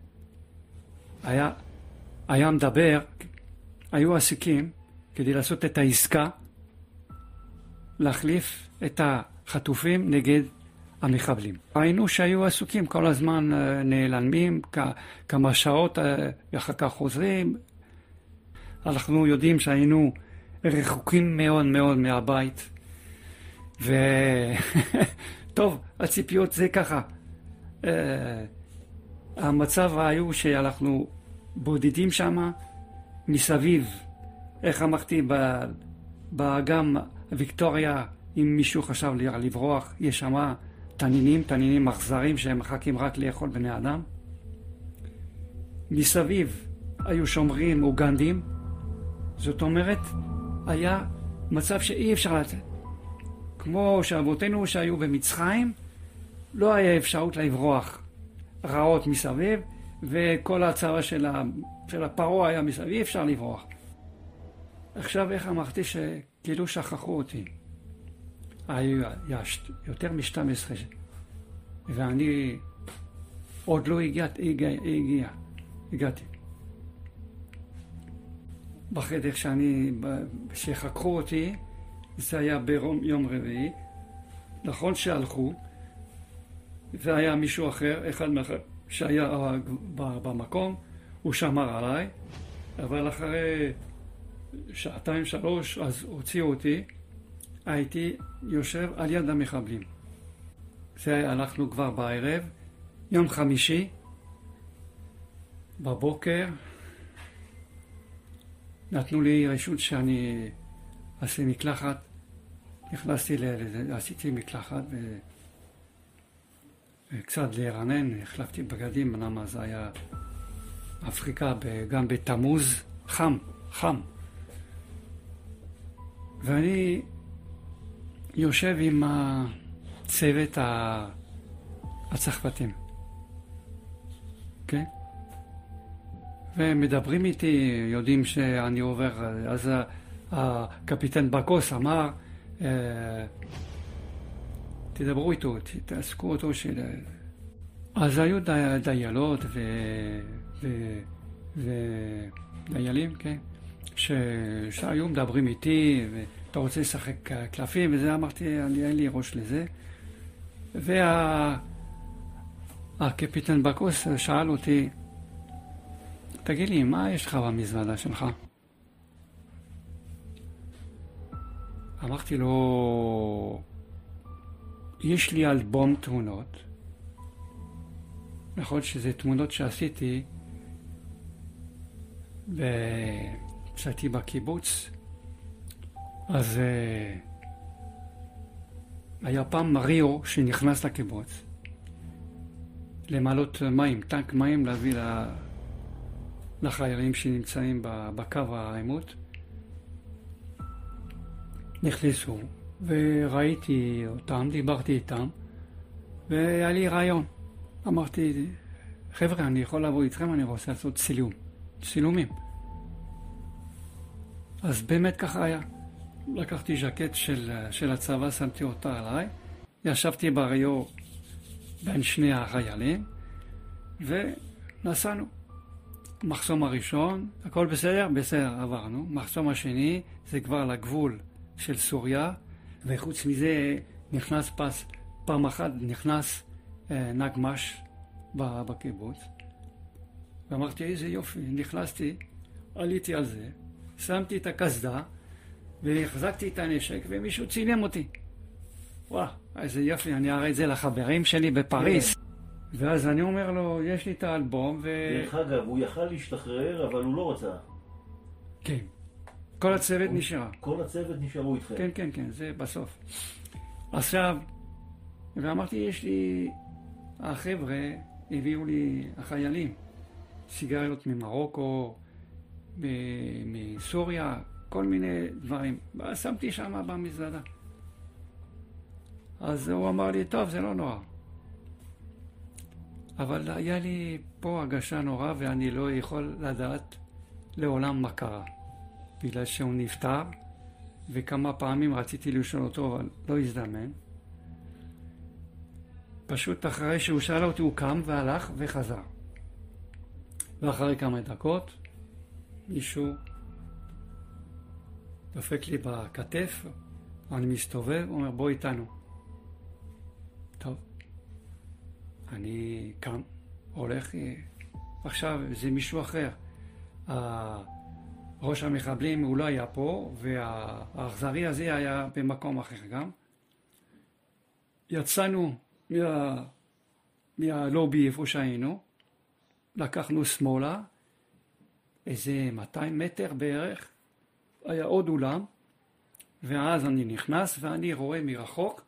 היה מדבר, היו עסוקים כדי לעשות את העסקה להחליף את החטופים נגד המחבלים. ראינו שהיו עסוקים כל הזמן, נעלמים כמה שעות, ואחר כך חוזרים. אנחנו יודעים שהיינו רחוקים מאוד מאוד מהבית. טוב, הציפיות זה ככה. המצב היו שאנחנו בודדים שם מסביב. איך אמרתי, באגם ויקטוריה, אם מישהו חשב לברוח, יש שם תנינים אכזרים שהם מחכים רק לאכול בני אדם. מסביב היו שומרים אוגנדים, זאת אומרת, היה מצב שאי אפשר לצאת. כמו שאבותינו שהיו במצרים, לא היה אפשרות לברוח. רעות מסביב, וכל הצבא של הפרעה היה מסביב, אי אפשר לברוח. עכשיו איך אמרתי שכאילו שכחו אותי. היו יותר מ-12, ואני עוד לא הגעתי. בחדר שחקרו אותי, זה היה ביום רביעי, נכון שהלכו, והיה מישהו אחר, אחד שהיה במקום, הוא שמר עליי, אבל אחרי 2-3 אז הוציאו אותי, הייתי יושב על יד המחבלים. זה אנחנו כבר בערב, יום חמישי, בבוקר, נתנו לי רשות שאני אעשה מקלחת, נכנסתי עשיתי מקלחת וקצת להירנן, החלפתי בגדים, למה זה היה אפריקה, גם בתמוז, חם. ואני יושב עם הצוות הצרפתים, כן? ומדברים איתי, יודעים שאני עובר, אז הקפיטן בקוס אמר, תדברו איתו, תעסקו אותו אז היו דיילות ודיילים, כן? שהיו מדברים איתי, ואתה רוצה לשחק קלפים, וזה אמרתי, אין לי ראש לזה. והקפיטן בקוס שאל אותי, תגיד לי, מה יש לך במזוודה שלך? אמרתי לו, יש לי אלבום תמונות, נכון שזה תמונות שעשיתי כשהייתי בקיבוץ, אז היה פעם מריו שנכנס לקיבוץ למעלות מים, טנק מים להביא לחיילים שנמצאים בקו העימות. נכנסו וראיתי אותם, דיברתי איתם, והיה לי רעיון. אמרתי, חבר'ה, אני יכול לבוא איתכם, אני רוצה לעשות צילומים. אז באמת ככה היה. לקחתי ז'קט של הצבא, שמתי אותה עליי, ישבתי בריו בין שני החיילים, ונסענו. מחסום הראשון, הכל בסדר, עברנו. מחסום השני, זה כבר לגבול של סוריה, וחוץ מזה נכנס פעם אחת נכנס נגמש בקיבוץ. ואמרתי, איזה יופי, נכנסתי, עליתי על זה, שמתי את הקסדה, והחזקתי את הנשק, ומישהו צילם אותי. וואו, איזה יופי, אני אראה את זה לחברים שלי בפריס. ואז אני אומר לו, יש לי את האלבום, דרך אגב, הוא יכל להשתחרר, אבל הוא לא רצה. כן. כל הצוות נשאר. כל הצוות נשארו איתכם. כן, זה בסוף. עכשיו, ואמרתי, יש לי, החבר'ה הביאו לי, החיילים, סיגריות ממרוקו, מסוריה, כל מיני דברים. שמתי שם במזוודה. אז הוא אמר לי, טוב, זה לא נורא. אבל היה לי פה הגשה נורא, ואני לא יכול לדעת לעולם מה קרה. בגלל שהוא נפטר, וכמה פעמים רציתי לשאול אותו, אבל לא הזדמן. פשוט אחרי שהוא שאל אותי, הוא קם והלך וחזר. ואחרי כמה דקות, מישהו דופק לי בכתף, אני מסתובב, הוא אומר, בוא איתנו. טוב. אני קם, הולך, עכשיו זה מישהו אחר. ראש המחבלים הוא לא היה פה, והאכזרי הזה היה במקום אחר גם. יצאנו מהלובי איפה שהיינו, לקחנו שמאלה, איזה 200 מטר בערך, היה עוד אולם, ואז אני נכנס ואני רואה מרחוק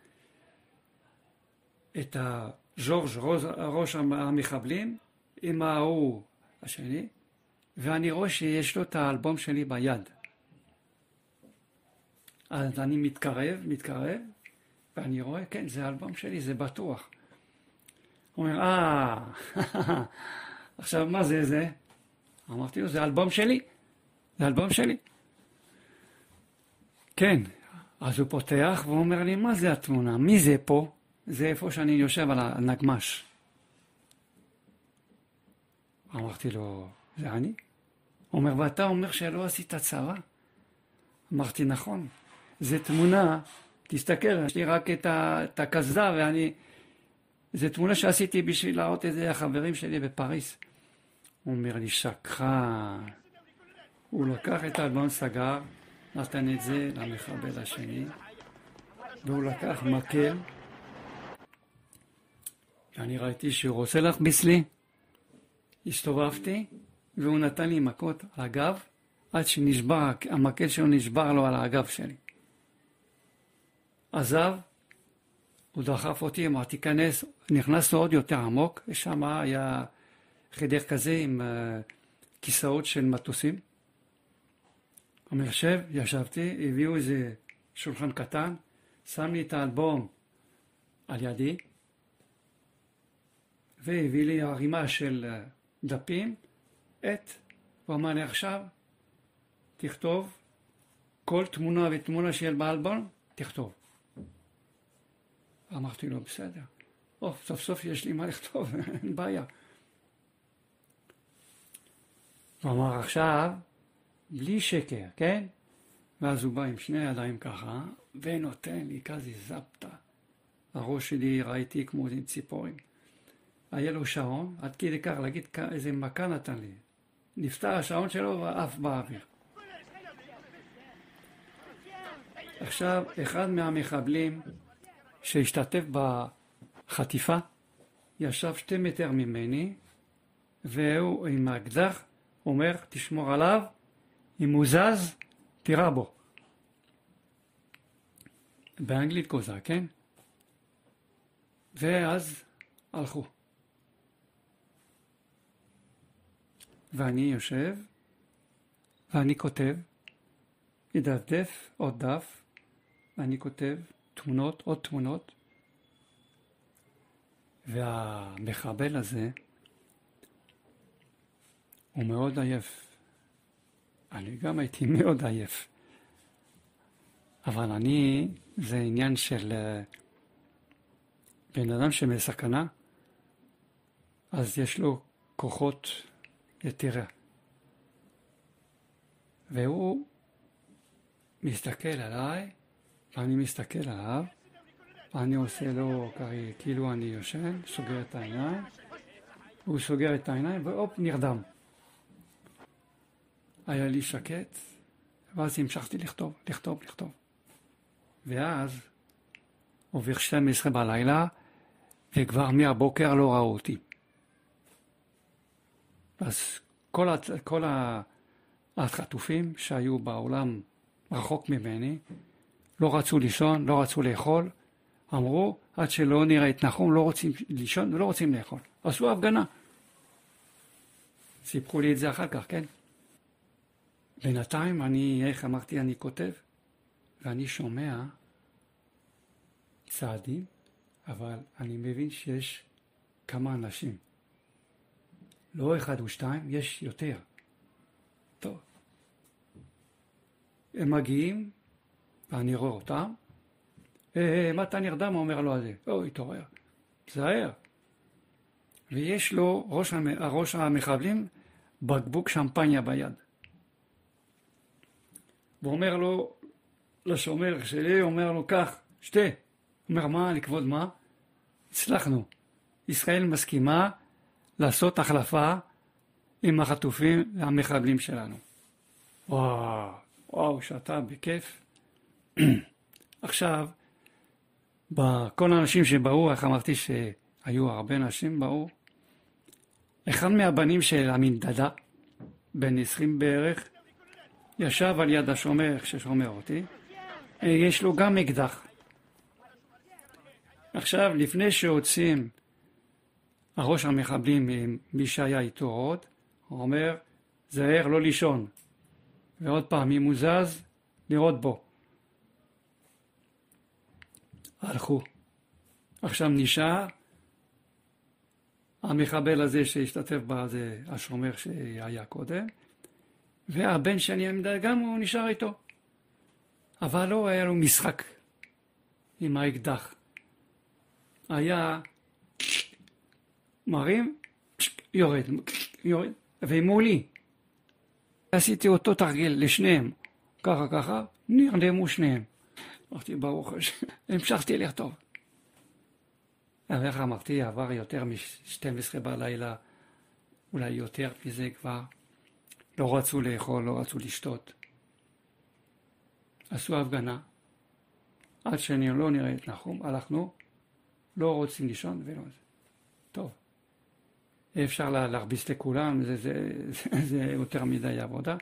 את ז'ורג' ראש המחבלים עם ההוא השני, ואני רואה שיש לו את האלבום שלי ביד. אז אני מתקרב, ואני רואה, כן, זה האלבום שלי, זה בטוח. הוא אומר, עכשיו מה זה? אמרתי לו, זה האלבום שלי, זה האלבום שלי. כן, אז הוא פותח והוא אומר לי, מה זה התמונה? מי זה פה? זה איפה שאני יושב על הנגמש. אמרתי לו, זה אני? הוא אומר, ואתה אומר שלא עשית צבא? אמרתי, נכון. זה תמונה, תסתכל, יש לי רק את הקסדה, זה תמונה שעשיתי בשביל להראות את זה החברים שלי בפריס. הוא אומר לי, שקרן. הוא לקח את האלבום, סגר, נתן את זה למחבל השני, והוא לקח מקל, ואני ראיתי שהוא רוצה להכביס לי. הסתובבתי, והוא נתן לי מכות על הגב, עד שנשבר, המקל שלו נשבר לו על הגב שלי. עזב, הוא דחף אותי, אמרתי, כנס, נכנסנו עוד יותר עמוק, שם היה חדר כזה עם כיסאות של מטוסים. אני ישבתי, הביאו איזה שולחן קטן, שם לי את האלבום על ידי, והביא לי ערימה של דפים, הוא אמר לי עכשיו, תכתוב, כל תמונה ותמונה של באלבום, תכתוב. אמרתי לו, בסדר. סוף סוף יש לי מה לכתוב, אין בעיה. הוא אמר עכשיו, בלי שקר, כן? ואז הוא בא עם שני ידיים ככה, ונותן לי כזה זפטה. הראש שלי ראיתי כמו עם ציפורים. היה לו שעון, עד כדי כך להגיד איזה מכה נתן לי. נפתר השעון שלו ועף באוויר. עכשיו, אחד מהמחבלים שהשתתף בחטיפה, ישב 2 מטר ממני, והוא עם האקדח אומר, תשמור עליו, אם הוא זז, תירה בו. באנגלית כוזה, כן? ואז הלכו. ואני יושב, ואני כותב, ידפדף עוד דף, ואני כותב תמונות, עוד תמונות, והמחבל הזה הוא מאוד עייף. אני גם הייתי מאוד עייף. אבל זה עניין של בן אדם שמסכנה, אז יש לו כוחות יתרה. והוא מסתכל עליי, ואני מסתכל עליו, ואני עושה לו כאילו אני יושן, סוגר את העיניים, הוא סוגר את העיניים, ואופ, נרדם. היה לי שקט, ואז המשכתי לכתוב. ואז עובר 12 בלילה, וכבר מהבוקר לא ראו אותי. אז כל החטופים שהיו בעולם רחוק ממני, לא רצו לישון, לא רצו לאכול, אמרו, עד שלא נראה את נחום, לא רוצים לישון ולא רוצים לאכול. עשו הפגנה. סיפרו לי את זה אחר כך, כן? בינתיים איך אמרתי, אני כותב, ואני שומע צעדים, אבל אני מבין שיש כמה אנשים. לא 1 או 2, יש יותר. טוב. הם מגיעים, ואני רואה אותם. מה אתה נרדם? אומר לו הזה. התעורר. זהר. ויש לו, ראש המחבלים, בקבוק שמפניה ביד. והוא אומר לו, לשומר שלי, אומר לו כך, שתה. אומר, מה, לכבוד מה? הצלחנו. ישראל מסכימה לעשות החלפה עם החטופים והמחבלים שלנו. וואו, שאתה בכיף. עכשיו, בכל האנשים שבאו, איך אמרתי שהיו הרבה אנשים באו, אחד מהבנים של המנדדה, בן 20 בערך, ישב על יד השומר ששומר אותי, יש לו גם אקדח. עכשיו, לפני שהוצאים הראש המחבלים מי שהיה איתו עוד, הוא אומר, זהר לא לישון. ועוד פעם, אם הוא זז, לראות בו. הלכו. עכשיו נשאר, המחבל הזה שהשתתף בה זה השומר שהיה קודם, והבן שלי גם הוא נשאר איתו. אבל לא היה לו משחק עם האקדח. היה מרים, יורד, ומולי. עשיתי אותו תרגיל לשניהם, ככה, נרדמו שניהם. אמרתי, ברוך השם, המשכתי לכתוב. אבל איך אמרתי, עבר יותר מ-12 בלילה, אולי יותר מזה כבר. לא רצו לאכול, לא רצו לשתות. עשו הפגנה. עד שאני לא נראה את נחום, הלכנו, לא רוצים לישון ולא זה. טוב. אפשר להרביץ לכולם, זה יותר מדי עבודה.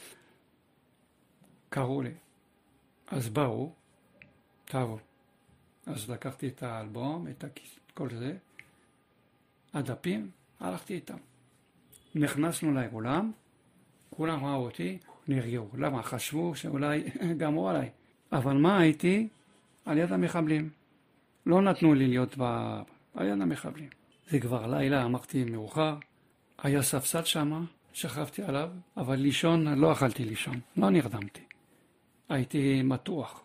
קראו לי. אז באו, תבוא. אז לקחתי את האלבום, את כל זה, הדפים, הלכתי איתם. נכנסנו לאולם, כולם ראו אותי, נרגעו. למה? חשבו שאולי גמרו עליי. אבל מה הייתי? על יד המחבלים. לא נתנו לי להיות על יד המחבלים. זה כבר לילה, אמרתי מאוחר. היה ספסל שמה, שכבתי עליו, אבל לישון, לא אכלתי לישון. לא נרדמתי. הייתי מתוח.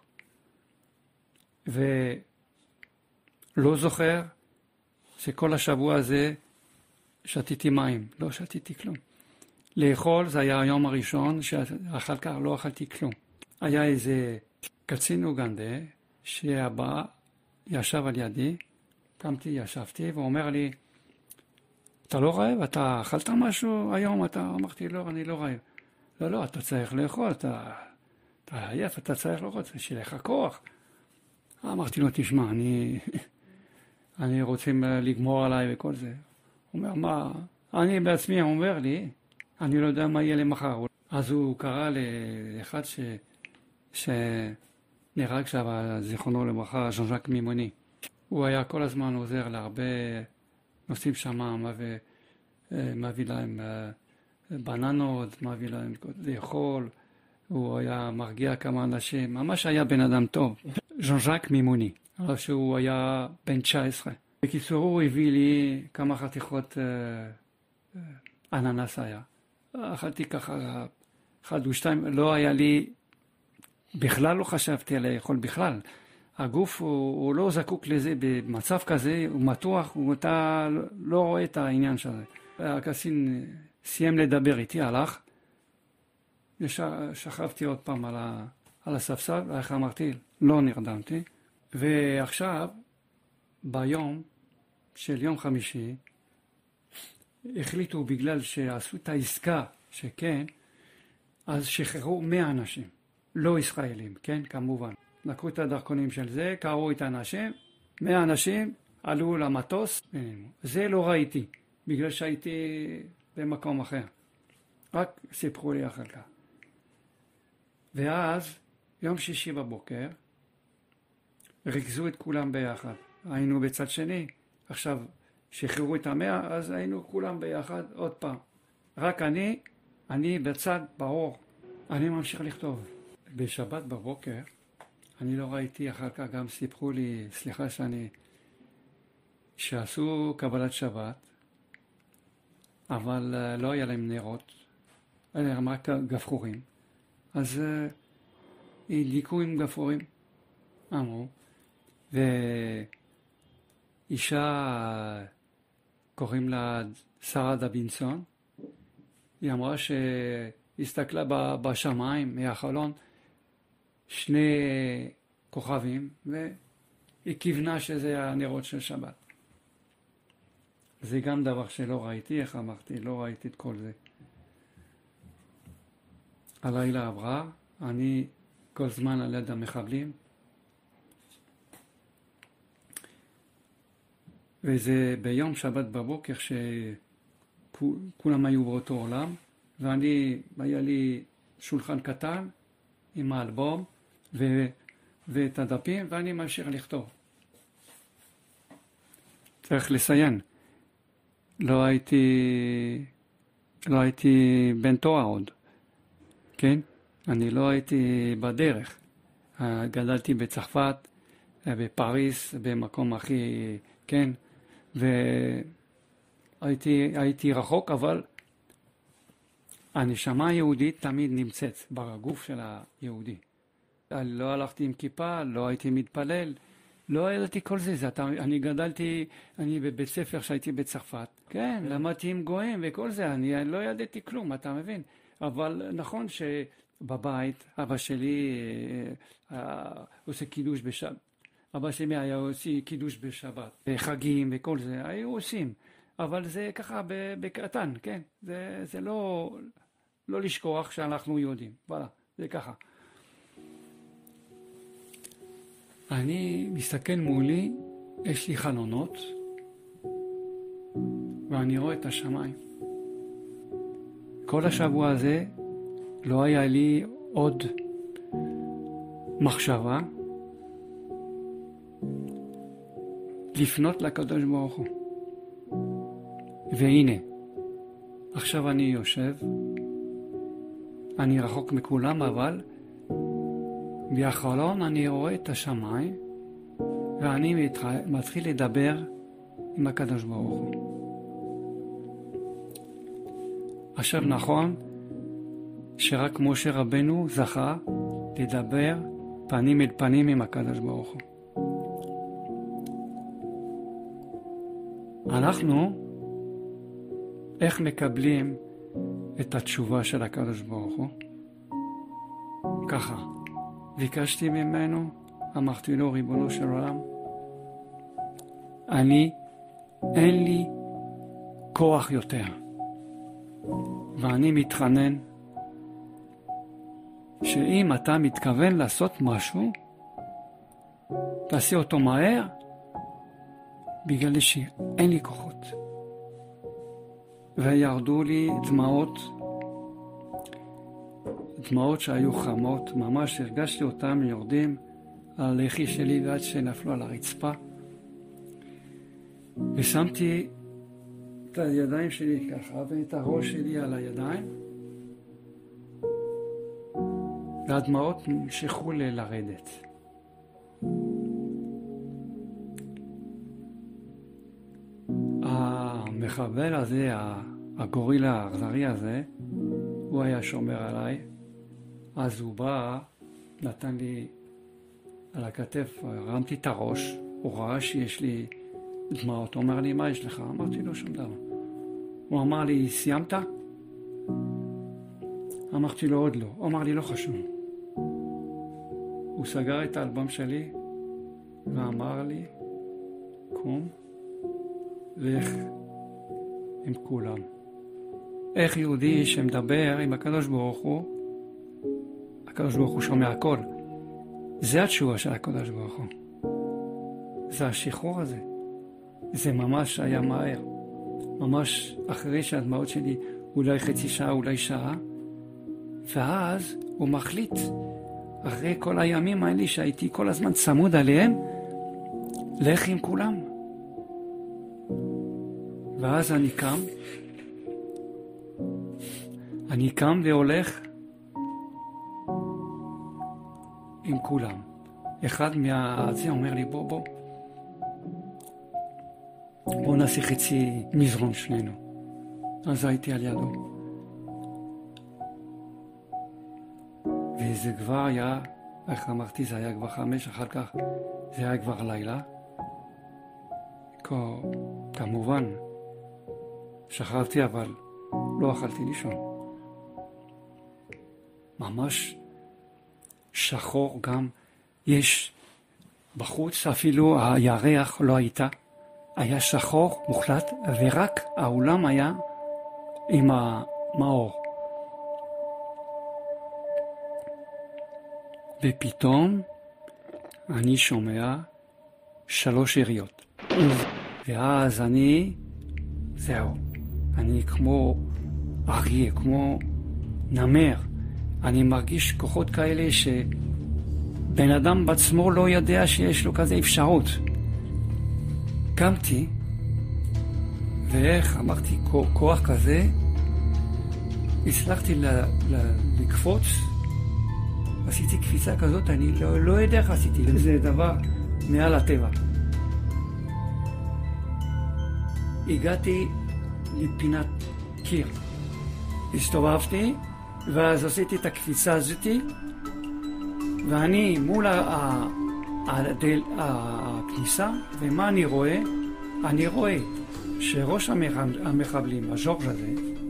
ולא זוכר שכל השבוע הזה שתיתי מים. לא שתיתי כלום. לאכול זה היה היום הראשון שאחר כך לא אכלתי כלום. היה איזה קצין אוגנדה שהבא ישב על ידי, קמתי, ישבתי, ואומר לי, אתה לא רעב? אתה אכלת משהו היום? אמרתי, לא, אני לא רעב. לא, אתה צריך לאכול, אתה עייף, אתה צריך לאכול, שיהיה לך כוח. אמרתי לו, תשמע, אני רוצים לגמור עליי וכל זה. הוא אומר, מה? אני בעצמי אומר לי, אני לא יודע מה יהיה למחר. אז הוא קרא לאחד שנהרג שם, זיכרונו לברכה, ז'אן ז'אק מימוני. הוא היה כל הזמן עוזר להרבה נושאים שם, מביא להם בננות, מביא להם לאכול. הוא היה מרגיע כמה אנשים, ממש היה בן אדם טוב. ז'אן ז'אק מימוני, אבל שהוא היה בן 19. בקיצור, הוא הביא לי כמה חתיכות אננס היה. אכלתי ככה, 1 או 2, לא היה לי, בכלל לא חשבתי על לאכול בכלל. הגוף הוא לא זקוק לזה, במצב כזה הוא מתוח, אתה לא רואה את העניין של זה. הקצין סיים לדבר איתי, הלך, ושכבתי עוד פעם על הספסל, ואיך אמרתי, לא נרדמתי. ועכשיו, ביום של יום חמישי, החליטו בגלל שעשו את העסקה שכן, אז שחררו 100 אנשים, לא ישראלים, כן, כמובן. לקחו את הדרכונים של זה, קראו את האנשים, 100 אנשים עלו למטוס, זה לא ראיתי, בגלל שהייתי במקום אחר. רק סיפרו לי אחר כך. ואז, יום שישי בבוקר, ריכזו את כולם ביחד. היינו בצד שני, עכשיו שחררו את 100, אז היינו כולם ביחד עוד פעם. רק אני בצד באור, אני ממשיך לכתוב. בשבת בבוקר, אני לא ראיתי, אחר כך גם סיפרו לי, סליחה שעשו קבלת שבת, אבל לא היה להם נרות, היה להם רק גפרורים. אז הדליקו עם גפרורים, אמרו, ואישה קוראים לה שרה דבינסון, היא אמרה שהסתכלה בשמיים מהחלון, שני כוכבים, והיא כיוונה שזה הנרות של שבת. זה גם דבר שלא ראיתי, איך אמרתי, לא ראיתי את כל זה. הלילה עברה, אני כל זמן על יד המחבלים, וזה ביום שבת בבוקר שכולם היו באותו עולם, ואני, היה לי שולחן קטן עם האלבום ואת הדפים, ואני ממשיך לכתוב. צריך לציין, לא הייתי בן תואר עוד, כן? אני לא הייתי בדרך. גדלתי בצרפת, בפריס, במקום הכי, כן? והייתי רחוק, אבל הנשמה היהודית תמיד נמצאת בגוף של היהודי. לא הלכתי עם כיפה, לא הייתי מתפלל, לא ידעתי כל זה. אני גדלתי, אני בבית ספר שהייתי בצרפת, כן, למדתי עם גויים וכל זה, אני לא ידעתי כלום, אתה מבין? אבל נכון שבבית, אבא שלי עושה קידוש בשבת. אבא שלי היה עושה קידוש בשבת, חגים וכל זה, היו עושים. אבל זה ככה בקטן, כן? זה לא לשכוח שאנחנו יהודים. וואלה, זה ככה. אני מסתכל מולי, יש לי חלונות, ואני רואה את השמיים. כל השבוע הזה לא היה לי עוד מחשבה לפנות לקדוש ברוך הוא. והנה, עכשיו אני יושב, אני רחוק מכולם, אבל בחלון אני רואה את השמיים, ואני מתחיל לדבר עם הקדוש ברוך הוא. עכשיו נכון שרק משה רבנו זכה לדבר פנים אל פנים עם הקדוש ברוך הוא. אנחנו איך מקבלים את התשובה של הקדוש ברוך הוא? ככה, ביקשתי ממנו, אמרתי לו, ריבונו של עולם, אין לי כוח יותר, ואני מתחנן שאם אתה מתכוון לעשות משהו, תעשה אותו מהר, בגלל שאין לי כוחות. וירדו לי דמעות שהיו חמות, ממש הרגשתי אותם יורדים על הלחי שלי ועד שנפלו על הרצפה. ושמתי את הידיים שלי ככה ואת הראש שלי על הידיים, והדמעות המשכו לרדת. המחבל הזה, הגורילה האכזרי הזה, הוא היה שומר עליי. אז הוא בא, נתן לי על הכתף, הרמתי את הראש, הוא ראה שיש לי דמעות, הוא אומר לי, מה יש לך? אמרתי לו, שום דבר. הוא אמר לי, סיימת? אמרתי לו, עוד לא. הוא אמר לי, לא חשוב. הוא סגר את האלבום שלי ואמר לי, קום, לך עם כולם. איך יהודי שמדבר עם הקדוש ברוך הוא, הקדוש ברוך הוא שומע הכל. זה התשובה של הקדוש ברוך הוא. זה השחרור הזה. זה ממש היה מהר. ממש אחרי שהדמעות שלי אולי חצי שעה, אולי שעה. ואז הוא מחליט, אחרי כל הימים האלה שהייתי כל הזמן צמוד עליהם, לך עם כולם. ואז אני קם והולך עם כולם. אחד מהזה אומר לי, בוא נעשה חצי מזרון שנינו. אז הייתי על ידו. וזה כבר היה, איך אמרתי, זה היה כבר 5, אחר כך זה היה כבר לילה. כמובן, שכבתי, אבל לא אכלתי לישון. ממש שחור גם. יש בחוץ, אפילו הירח לא הייתה. היה שחור מוחלט, ורק האולם היה עם המאור. ופתאום אני שומע 3 יריות. ואז זהו, אני כמו אריה, כמו נמר. אני מרגיש כוחות כאלה שבן אדם בעצמו לא יודע שיש לו כזה אפשרות. קמתי, ואיך אמרתי, כוח כזה, הצלחתי לקפוץ, עשיתי קפיצה כזאת, אני לא יודע איך עשיתי, זה דבר מעל הטבע. הגעתי לפינת קיר, הסתובבתי, ואז עשיתי את הקפיצה הזאת, ואני מול הכניסה, ומה אני רואה? אני רואה שראש המחבלים, הז'ורג' הזה,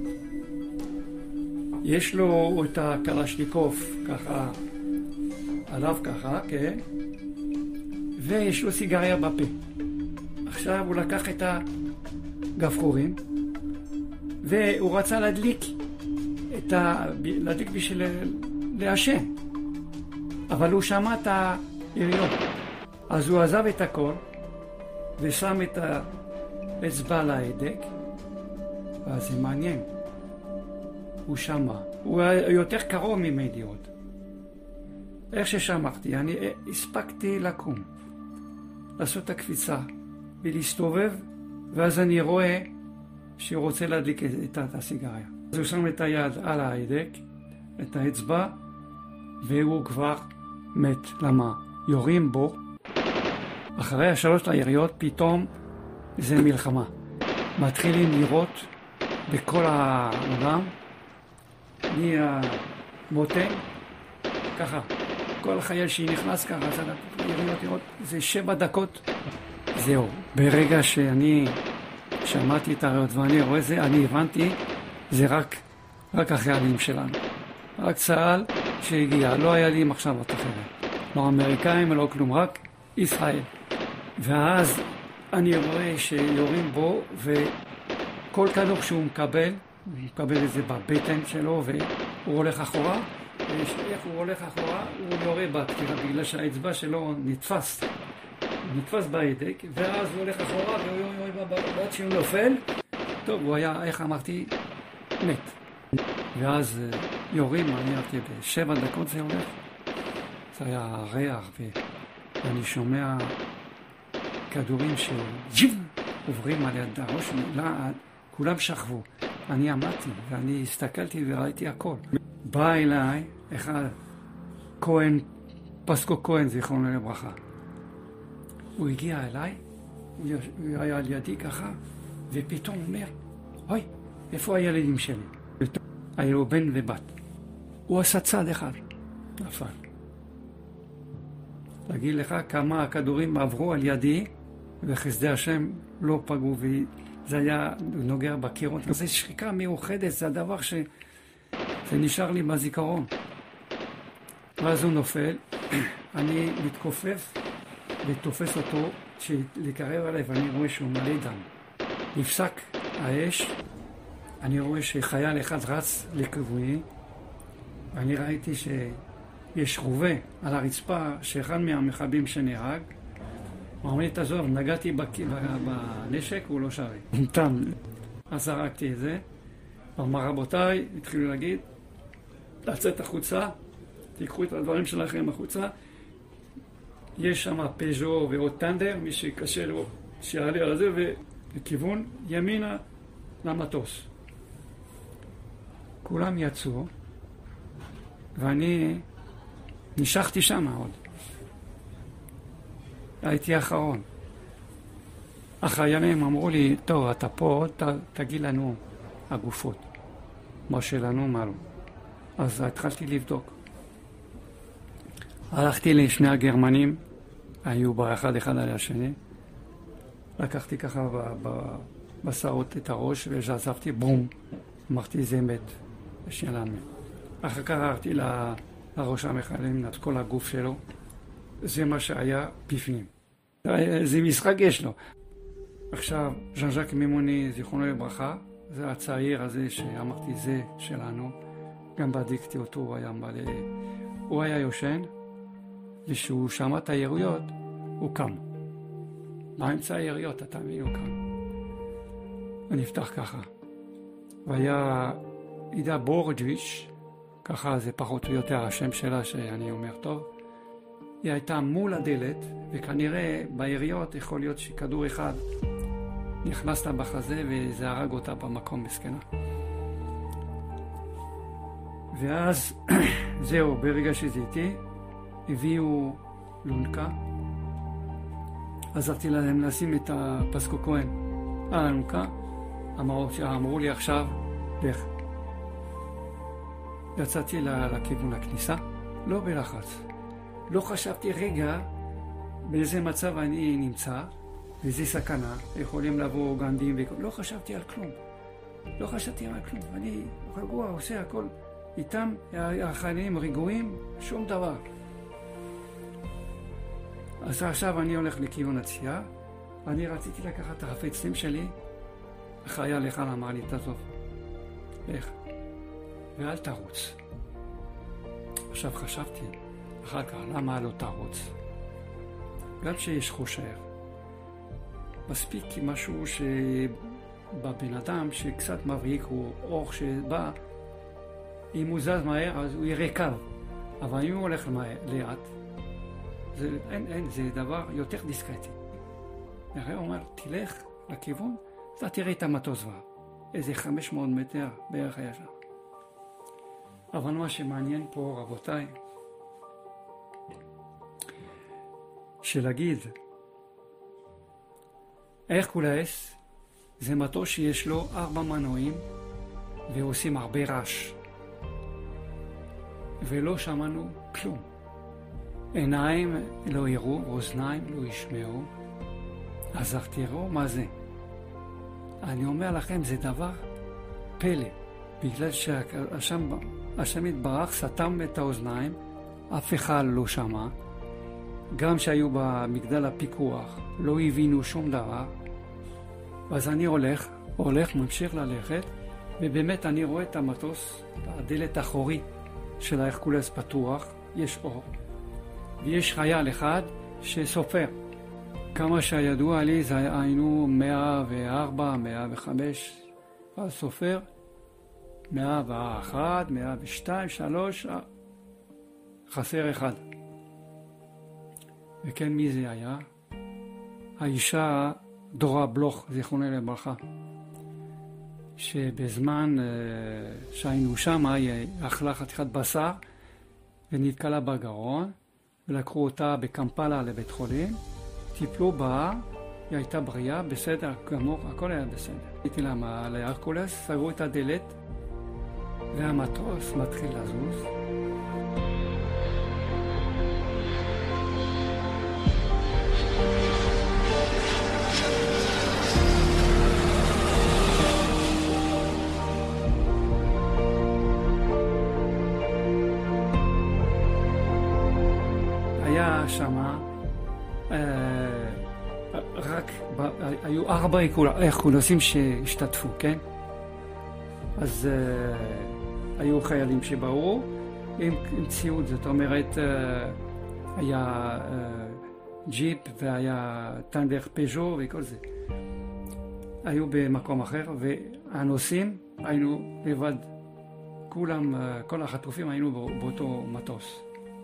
יש לו את הקלשניקוב ככה, עליו ככה, כן? ויש לו סיגריה בפה. עכשיו הוא לקח את הגפרורים, והוא רצה להדליק בשביל לעשן. אבל הוא שמע את היריות. אז הוא עזב את הכל, ושם את האצבע על ההדק, ואז זה מעניין. הוא שמע. הוא היה יותר קרוב ממני עוד. איך ששמעתי, אני הספקתי לקום, לעשות את הקפיצה, ולהסתובב, ואז אני רואה שהוא רוצה להדליק את הסיגריה. אז הוא שם את היד על ההדק, את האצבע, והוא כבר מת. למה? יורים בו. אחרי 3 היריות, פתאום זה מלחמה. מתחילים לירות בכל העולם, מהמותן, ככה. כל חייל שנכנס ככה, אז יריות, זה 7 דקות. זהו. ברגע שאני שמעתי את הרעיות ואני רואה זה, אני הבנתי, זה רק החיילים שלנו. רק צה"ל שהגיע, לא היה לי מחשבות אחרת. לא אמריקאים, לא כלום, רק ישראל. ואז אני רואה שיורים בו, וכל כדור שהוא מקבל, הוא מקבל את זה בבטן שלו, והוא הולך אחורה, ואיך הוא הולך אחורה, הוא יורה בקטירה, בגלל שהאצבע שלו נתפס בהדק, ואז הוא הולך אחורה, והוא יורה בבת שהוא נופל. טוב, הוא היה, איך אמרתי, מת. ואז יורים, אני אמרתי, ב7 דקות זה הולך. זה היה ריח, ואני שומע כדורים שעוברים על יד הראש, כולם שכבו. אני עמדתי, ואני הסתכלתי וראיתי הכל. בא אליי אחד, כהן, פסקו כהן, זיכרונו לברכה. הוא הגיע אליי, הוא היה על ידי ככה, ופתאום הוא אומר, אוי, איפה הילדים שלי? היה לו בן ובת. הוא עשה צעד אחד, נפל. להגיד לך כמה הכדורים עברו על ידי, וחסדי השם לא פגעו, וזה היה נוגע בקירות. זו שחיקה מיוחדת, זה הדבר שזה נשאר לי בזיכרון. ואז הוא נופל, אני מתכופף ותופס אותו, שלקרב עליו, ואני רואה שהוא מלא דם. נפסק האש, אני רואה שחייל אחד רץ לכיווני, ואני ראיתי שיש רובה על הרצפה, שאחד מהמחבלים שנהרג, הוא אמר לי, תעזוב, נגעתי בנשק, הוא לא שווה. תם, אז זרקתי את זה, אמר, רבותיי, התחילו להגיד, לצאת החוצה, תיקחו את הדברים שלכם החוצה, יש שם פז'ו ועוד טנדר, מי שקשה לו, שיעלה על זה, וכיוון ימינה למטוס. כולם יצאו, ואני נשכתי שם עוד. הייתי האחרון. החיילים אמרו לי, טוב, אתה פה, תגיד לנו הגופות. מה שלנו, מה לא. אז התחלתי לבדוק. הלכתי לשני הגרמנים, היו באחד אחד על השני. לקחתי ככה בשעות את הראש, ושעזבתי, בום. אמרתי, זה מת. ושאלה מת. אחר כך הלכתי לראש המחבלים, את כל הגוף שלו. זה מה שהיה בפנים. זה משחק יש לו. עכשיו, ז'אן ז'אק מימוני, זיכרונו לברכה, זה הצעיר הזה שאמרתי, זה שלנו. גם בדקתי אותו, הוא היה יושן, וכשהוא שמע את היריות, הוא קם. באמצע היריות, אתה מבין, הוא קם. הוא נפתח ככה. והיה עידה בורג'וויץ', ככה זה פחות או יותר השם שלה שאני אומר טוב. היא הייתה מול הדלת, וכנראה ביריות יכול להיות שכדור אחד נכנס לה בחזה וזה הרג אותה במקום מסכנה. ואז זהו, ברגע שזה איתי, הביאו לונקה. עזרתי להם לשים את הפסקו כהן על הלונקה. אמרו לי עכשיו, לך. יצאתי לכיוון הכניסה, לא בלחץ. לא חשבתי רגע באיזה מצב אני נמצא, ואיזה סכנה, יכולים לבוא גנדים וכל... לא חשבתי על כלום. לא חשבתי על כלום. אני רגוע, עושה הכל. איתם, החיילים רגועים, שום דבר. אז עכשיו אני הולך לכיוון הצייה. אני רציתי לקחת את החפצים שלי. החייל אחד אמר לי, תעזוב. לך. ואל תרוץ. עכשיו חשבתי, אחר כך, למה לא תרוץ? גם שיש חושר. מספיק משהו שבבן אדם שקצת מבריק, הוא אור שבא, אם הוא זז מהר, אז הוא יראה קו. אבל אם הוא הולך לאט, זה דבר יותר דיסקרטי. הוא אומר, תלך לכיוון, אתה תראה את המטוס כבר. איזה 500 מטר בערך היה שם. אבל מה שמעניין פה, רבותיי, שלהגיד, הרקולס זה מטוס שיש לו 4 מנועים ועושים הרבה רעש. ולא שמענו כלום. עיניים לא יראו, אוזניים לא ישמעו. אז תראו מה זה. אני אומר לכם, זה דבר פלא. בגלל שהשם יתברך סתם את האוזניים, אף אחד לא שמע. גם שהיו במגדל הפיקוח, לא הבינו שום דבר. אז אני הולך, ממשיך ללכת, ובאמת אני רואה את המטוס, הדלת האחורית של ההרקולס פתוח, יש אור, ויש חייל אחד שסופר. כמה שידוע לי, זה היינו 104, 105, אז סופר, 101, 102, 3, חסר אחד. וכן, מי זה היה? האישה דורה בלוך, זיכרונה לברכה, שבזמן שהיינו שם, היא אכלה חתיכת בשר ונתקלה בגרון, ולקחו אותה בקמפלה לבית חולים, טיפלו בה, היא הייתה בריאה, בסדר, גמור, הכל היה בסדר. הייתי לה להרקולס, סגרו את הדלת, והמטוס מתחיל לזוז. היה שמה, רק היו 4 הרקולסים שהשתתפו, כן? אז היו חיילים שבאו עם ציוד, זאת אומרת, היה ג'יפ והיה טנדר פז'ו וכל זה. היו במקום אחר, והנוסעים היינו לבד, כולם, כל החטופים היינו באותו מטוס.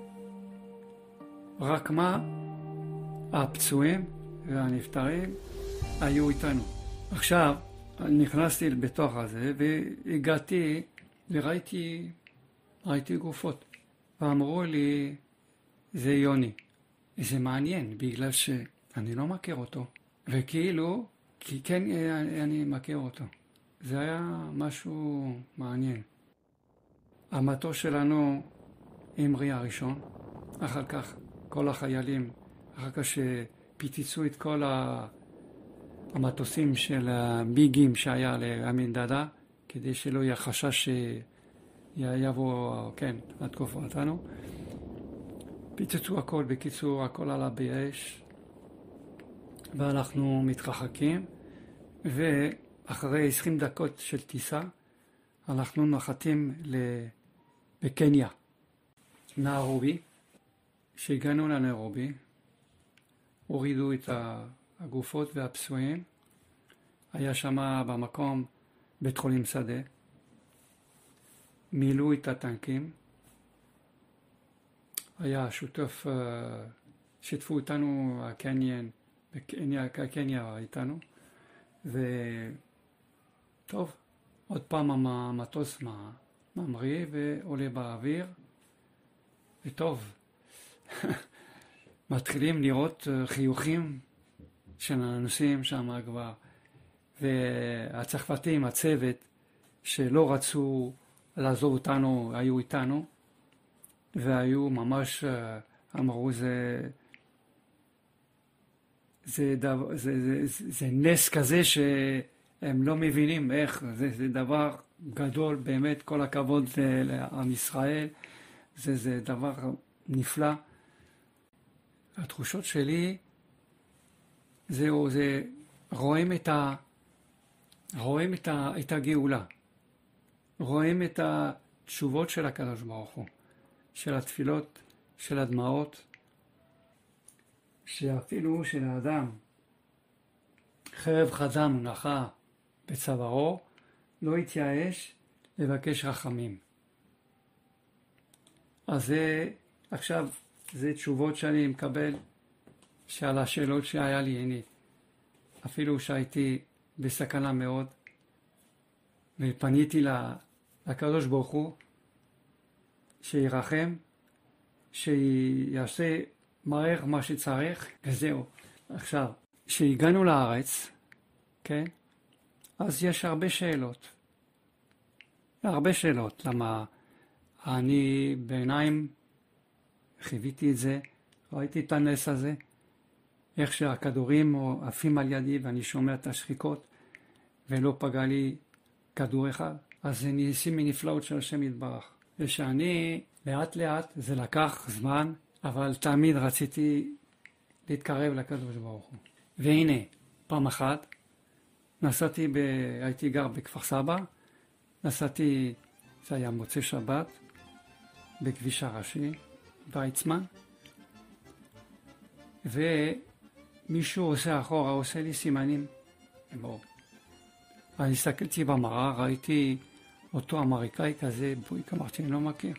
רק מה, הפצועים והנפטרים היו איתנו. עכשיו נכנסתי בתוך הזה והגעתי וראיתי גופות. ואמרו לי, זה יוני. זה מעניין, בגלל שאני לא מכיר אותו. וכאילו, כי כן אני מכיר אותו. זה היה משהו מעניין. המטוס שלנו המריא הראשון, אחר כך כל החיילים, אחר כך שפיצצו את כל המטוסים של הביגים שהיה לאמין דדה, כדי שלא יהיה חשש יבוא, כן, לתקוף אותנו. פיצצו הכל, בקיצור, הכל עלה באש, ואנחנו מתרחקים, ואחרי 20 דקות של טיסה, אנחנו נחתים בקניה, נאירובי. כשהגענו לנאירובי, הורידו את הגופות והפצועים, היה שם במקום בית חולים שדה, מילאו את הטנקים, היה שותף, שיתפו איתנו הקניה איתנו, וטוב, עוד פעם המטוס ממריא ועולה באוויר, וטוב, מתחילים לראות חיוכים של הנוסעים שם כבר, והצרפתים, הצוות, שלא רצו לעזוב אותנו, היו איתנו, והיו ממש, אמרו, זה נס כזה שהם לא מבינים איך, זה דבר גדול, באמת, כל הכבוד לעם ישראל, זה דבר נפלא. התחושות שלי, רואים את הגאולה, רואים את התשובות של הקדוש ברוך הוא, של התפילות, של הדמעות, שאפילו של האדם, חרב חדה מונחה בצווארו, לא התייאש לבקש רחמים. אז עכשיו, זה תשובות שאני מקבל שעל השאלות שהיה לי, הנה, אפילו שהייתי בסכנה מאוד, ופניתי לקדוש ברוך הוא, שירחם, שיעשה מהר מה שצריך, וזהו. עכשיו, כשהגענו לארץ, כן, אז יש הרבה שאלות, למה אני בעיניים חוויתי את זה, ראיתי את הנס הזה, איך שהכדורים עפים על ידי ואני שומע את השחיקות, ולא פגע לי כדור אחד. אז זה ניסים מנפלאות של השם יתברך. ושאני לאט לאט, זה לקח זמן, אבל תמיד רציתי להתקרב לקדוש ברוך הוא. והנה, פעם אחת, הייתי גר בכפר סבא, נסעתי, זה היה מוצאי שבת, בכביש הראשי, ויצמן, ומישהו עושה אחורה, עושה לי סימנים. בואו. אני הסתכלתי במראה, ראיתי אותו אמריקאי כזה, בויק, אמרתי, אני לא מכיר.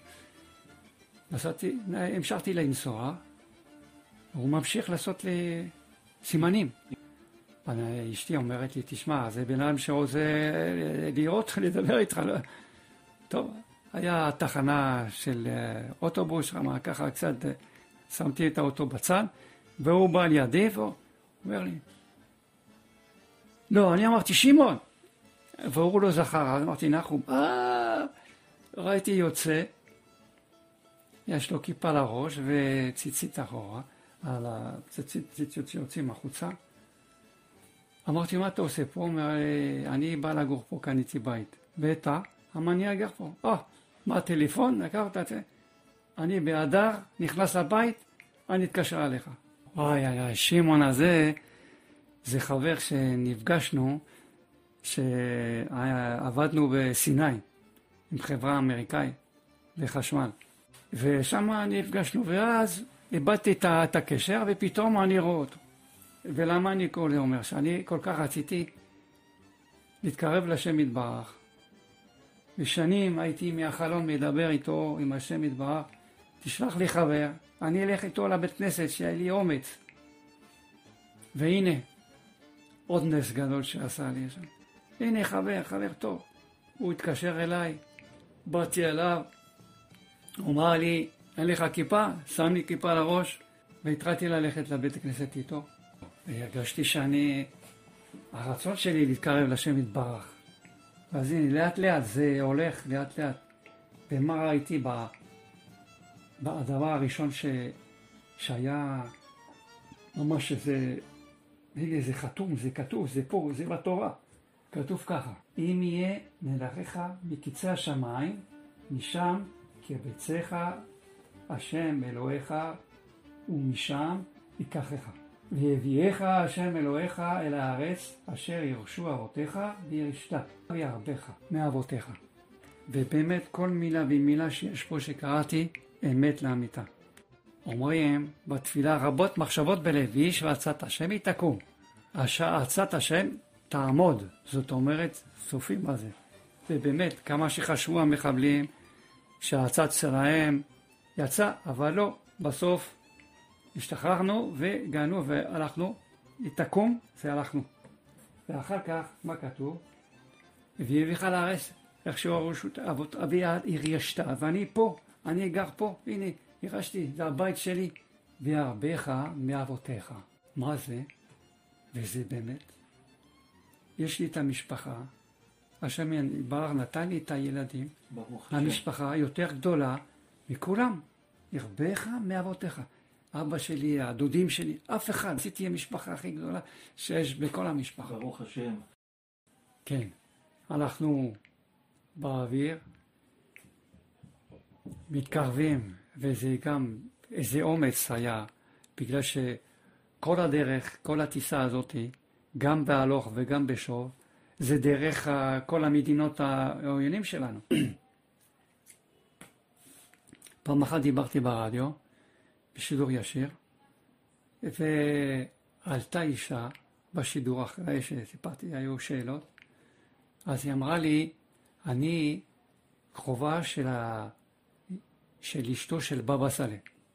המשכתי לנסוע, הוא ממשיך לעשות לי סימנים. אשתי אומרת לי, תשמע, זה בן אדם שרוצה לראות, לדבר איתך. טוב, היה תחנה של אוטובוס, ככה קצת שמתי את האוטו בצד, והוא בא לידי, והוא אומר לי, לא, אני אמרתי, שמעון. והוא לא זכר, אז אמרתי, נחום, ראיתי יוצא, יש לו כיפה לראש וציצית אחורה, על הציציות שיוצאים החוצה. אמרתי, מה אתה עושה פה? הוא אומר, אני בא לגור פה, קניתי בית. ואתה? המניע גר פה. מה הטלפון? לקחת את זה. אני באדר, נכנס לבית, אני אתקשר עליך. שמעון הזה, זה חבר שנפגשנו, שעבדנו בסיני, עם חברה אמריקאית, לחשמל. ושם נפגשנו, ואז איבדתי את הקשר, ופתאום אני רואה אותו. ולמה אני אומר? שאני כל כך רציתי להתקרב לשם יתברך. ושנים הייתי מהחלום לדבר איתו, עם השם יתברך, תשלח לי חבר, אני אלך איתו לבית כנסת, שהיה לי אומץ. והנה, עוד נס גדול שעשה לי שם. הנה חבר טוב. הוא התקשר אליי, באתי אליו, הוא אמר לי, אין לך כיפה? שם לי כיפה לראש, והתחלתי ללכת לבית הכנסת איתו. והרגשתי הרצון שלי להתקרב לשם יתברך. אז הנה, לאט לאט, זה הולך לאט לאט. ומה ראיתי בדבר הראשון שהיה ממש הנה, זה חתום, זה כתוב, זה פה, זה בתורה. כתוב ככה, אם יהיה מלאכיך מקצה השמיים משם קבצך השם אלוהיך ומשם ייקחך. ויביאך השם אלוהיך אל הארץ אשר ירשו אבותיך וירשת וירבך מאבותיך. ובאמת כל מילה ומילה שיש פה שקראתי אמת לאמיתה. אומרים בתפילה רבות מחשבות בלב, ואיש ועצת השם יתקום. עצת השם תעמוד, זאת אומרת סופים בזה. ובאמת כמה שחשבו המחבלים שהעצת שלהם יצא, אבל לא, בסוף השתחררנו והגענו והלכנו, יתקום, זה הלכנו. ואחר כך, מה כתוב? ויביאך לארץ, איך שהרשות אבות אבי ירשת, ואני פה, אני גר פה, הנה, ירשתי, זה הבית שלי, וירבך מאבותיך. מה זה? וזה באמת. יש לי את המשפחה, השם יתברך נתן לי את הילדים, המשפחה יותר גדולה מכולם, ירבך מאבותיך. אבא שלי, הדודים שלי, אף אחד. עשיתי המשפחה הכי גדולה שיש בכל המשפחה. ברוך השם. כן, אנחנו באוויר, מתקרבים, וזה גם איזה אומץ היה, בגלל שכל הדרך, כל הטיסה הזאת, גם בהלוך וגם בשוב, זה דרך כל המדינות העוינים שלנו. פעם אחת דיברתי ברדיו, בשידור ישיר, ועלתה אישה בשידור אחרי שסיפרתי, היו שאלות, אז היא אמרה לי, אני קרובה של אשתו של בבא סאלי.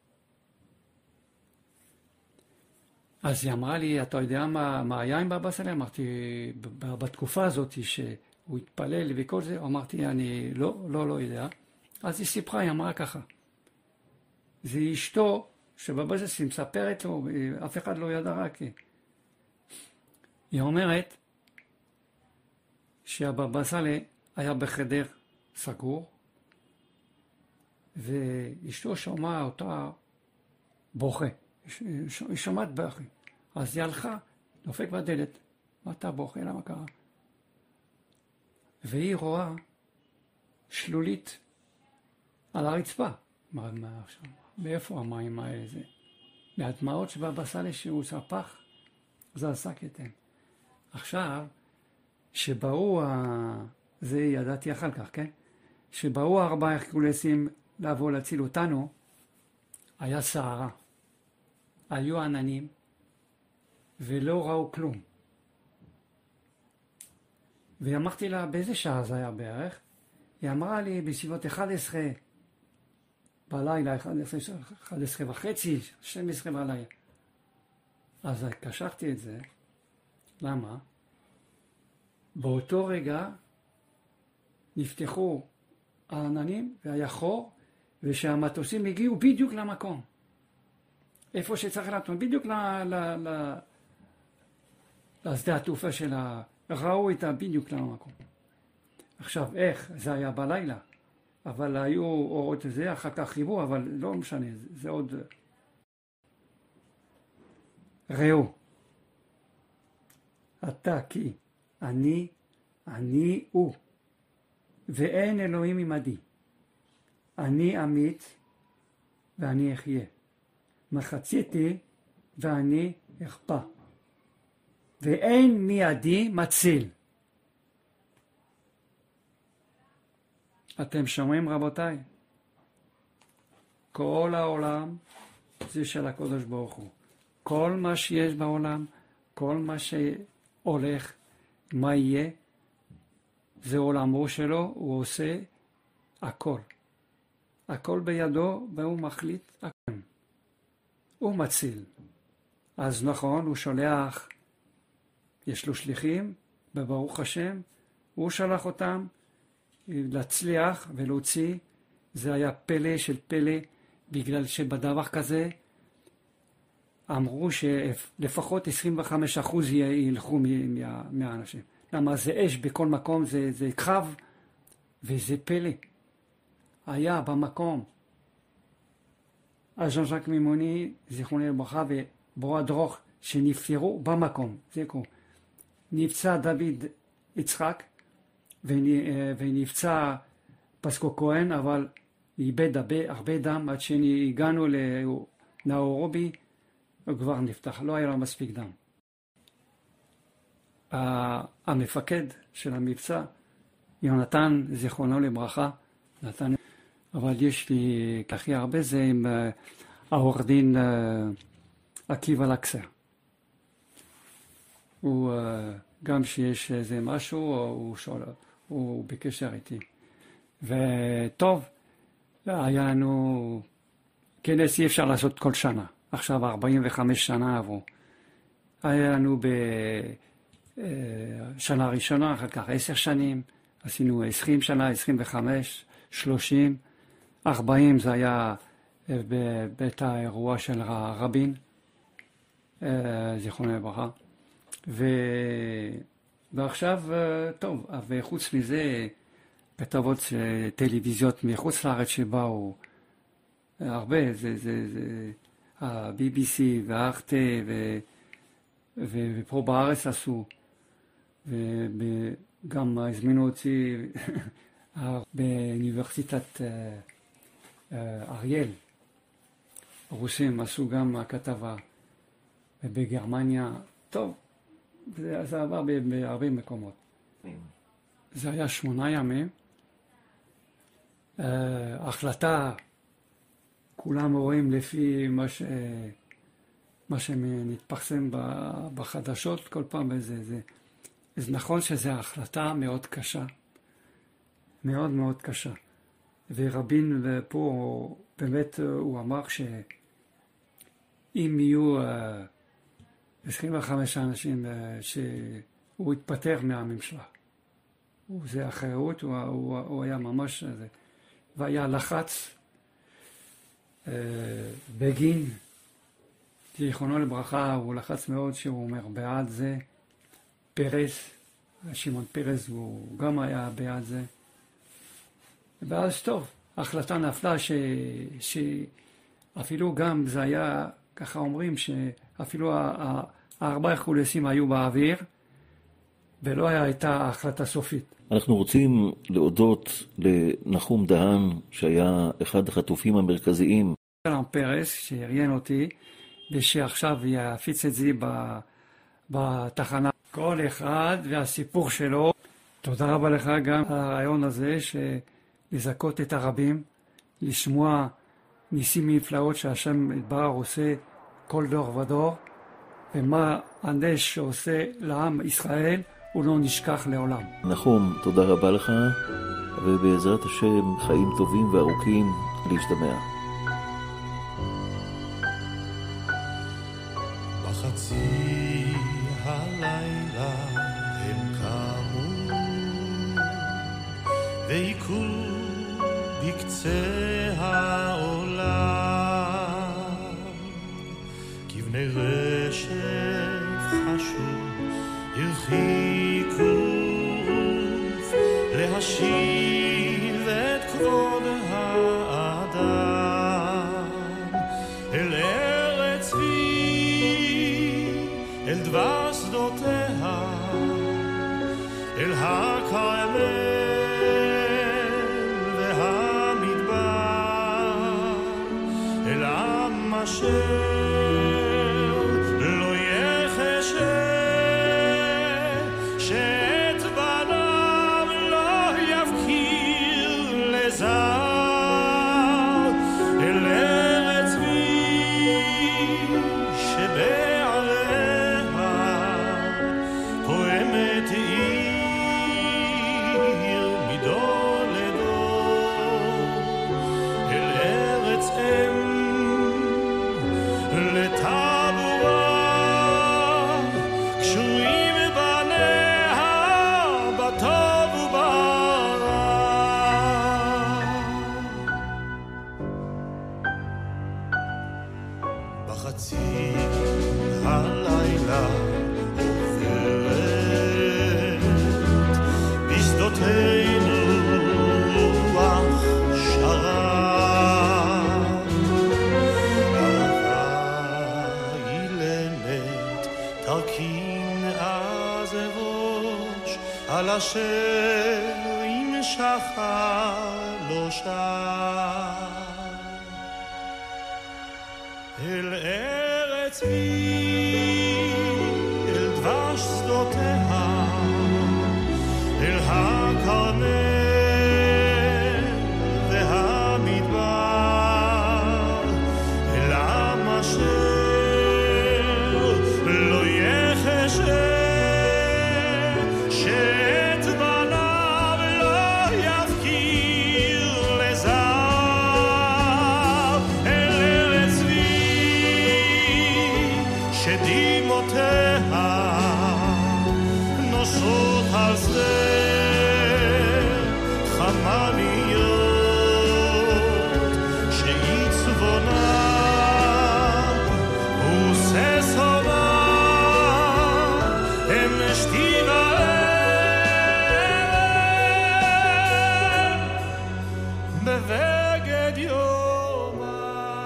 אז היא אמרה לי, אתה יודע מה היה עם בבא סאלי? אמרתי, בתקופה הזאת שהוא התפלל וכל זה, אמרתי, אני לא יודע. אז היא סיפרה, היא אמרה ככה. זה אשתו שבבא סאלי מספרת לו, אף אחד לא ידע רק. היא אומרת שהבבא סאלי היה בחדר סגור, ואשתו שמעה אותה בוכה. היא שומעת בכי. אז היא הלכה, דופק בדלת. מה אתה בוכה? למה קרה? והיא רואה שלולית על הרצפה. מה עכשיו? מאיפה המים האלה? זה? מהדמעות שבבא סאלי שהוא ספח, זה הסקתם. עכשיו, שבאו, זה ידעתי אחר כך, כן? שבאו 4 הרקולסים לבוא להציל אותנו, היה סערה. היו עננים, ולא ראו כלום. ואמרתי לה, באיזה שעה זה היה בערך? היא אמרה לי, בסביבות 11 בלילה, 11 וחצי, 12 בלילה. אז קשרתי את זה. למה? באותו רגע נפתחו העננים והיה חור, ושהמטוסים הגיעו בדיוק למקום. איפה שצריך להתון, בדיוק לשדה התעופה שלה, ראו איתה בדיוק למקום. עכשיו, איך? זה היה בלילה, אבל היו אורות זה, אחר כך חיבור, אבל לא משנה, זה עוד... ראו, אתה כי אני הוא, ואין אלוהים עמדי. אני אמית ואני אחיה. מחציתי ואני אכפה. ואין מידי מציל. אתם שומעים רבותיי? כל העולם זה של הקדוש ברוך הוא. כל מה שיש בעולם, כל מה שהולך, מה יהיה, זה עולמו שלו, הוא עושה הכל. הכל בידו והוא מחליט הכל. הוא מציל. אז נכון, הוא שולח, יש לו שליחים, בברוך השם, הוא שלח אותם להצליח ולהוציא. זה היה פלא של פלא, בגלל שבדבר כזה אמרו שלפחות 25% ילכו מהאנשים. למה זה אש בכל מקום, זה קרב, וזה פלא. היה במקום הז'אן ז'אק מימוני, זיכרונו לברכה, ובורא דרוך, שנפטרו במקום. זה כמו נפצע דוד יצחק, ונפצע פסקו כהן, אבל איבד הרבה דם עד שהגענו לנאורובי, הוא כבר נפתח, לא היה לו מספיק דם. המפקד של המבצע, יונתן, זיכרונו לברכה, נתן, אבל יש לי הכי הרבה זה עם העורך דין עקיבא לקסר. הוא גם שיש איזה משהו, הוא בקשר איתי. וטוב, היה לנו כנס אי אפשר לעשות כל שנה. עכשיו 45 שנה עברו. היה לנו בשנה ראשונה, אחר כך 10 שנים, עשינו 20 שנה, 25, 30, 40 זה היה בבית האירוע של רבין, זיכרונו לברכה. ועכשיו, טוב, וחוץ מזה, כתבות טלוויזיות מחוץ לארץ שבאו הרבה, זה ה-BBC והארטה ופה בארץ עשו, וגם הזמינו אותי באוניברסיטת אריאל, רוסים עשו גם כתבה, ובגרמניה, טוב, זה עבר בהרבה מקומות. זה היה 8 ימים. החלטה, כולם רואים לפי מה שמתפרסם בחדשות כל פעם. זה נכון שזו החלטה מאוד קשה, מאוד מאוד קשה. ורבין פה באמת הוא אמר שאם יהיו 25 אנשים שהוא התפטר מהממשלה. זה אחריות, הוא היה ממש, והיה לחץ, בגין, זיכרונו לברכה, הוא לחץ מאוד שהוא אומר בעד זה, פרס, שמעון פרס, הוא גם היה בעד זה, ואז טוב, ההחלטה נפלה שאפילו גם זה היה, ככה אומרים, שאפילו הארבעה הרקולסים היו באוויר, ולא הייתה החלטה סופית. אנחנו רוצים להודות לנחום דהן, שהיה אחד החטופים המרכזיים. שלום פרס, שהריין אותי, ושעכשיו יפיץ את זה בתחנה. כל אחד והסיפור שלו. תודה רבה לך גם על הרעיון הזה, לזכות את הרבים, לשמוע ניסים נפלאות שהשם יתברך עושה כל דור ודור, ומה הנס שעושה לעם ישראל, הוא לא נשכח לעולם. נחום, תודה רבה לך, ובעזרת השם חיים טובים וארוכים להשתמע. בחצי הלילה הם קמו והיכו בקצה העולם כבני רשף חשוב הרחיקו להשיב את כבוד האדם אל ארץ צבי, אל דבר שדותיה, אל הכרמל והמדבר, אל עם אשר אשר עם שחר לא שב אל ארץ היא, אל דבש שדותיה, אל הכרמל והמדבר, אל עם אשר לא יחשה שאת בניו לא יפקיר לזר, אל ארץ צבי שדמעותיה נושאות על שדה חמניות שהיא צבונה וששונה הם נשתיב עליהם בבגד יומה.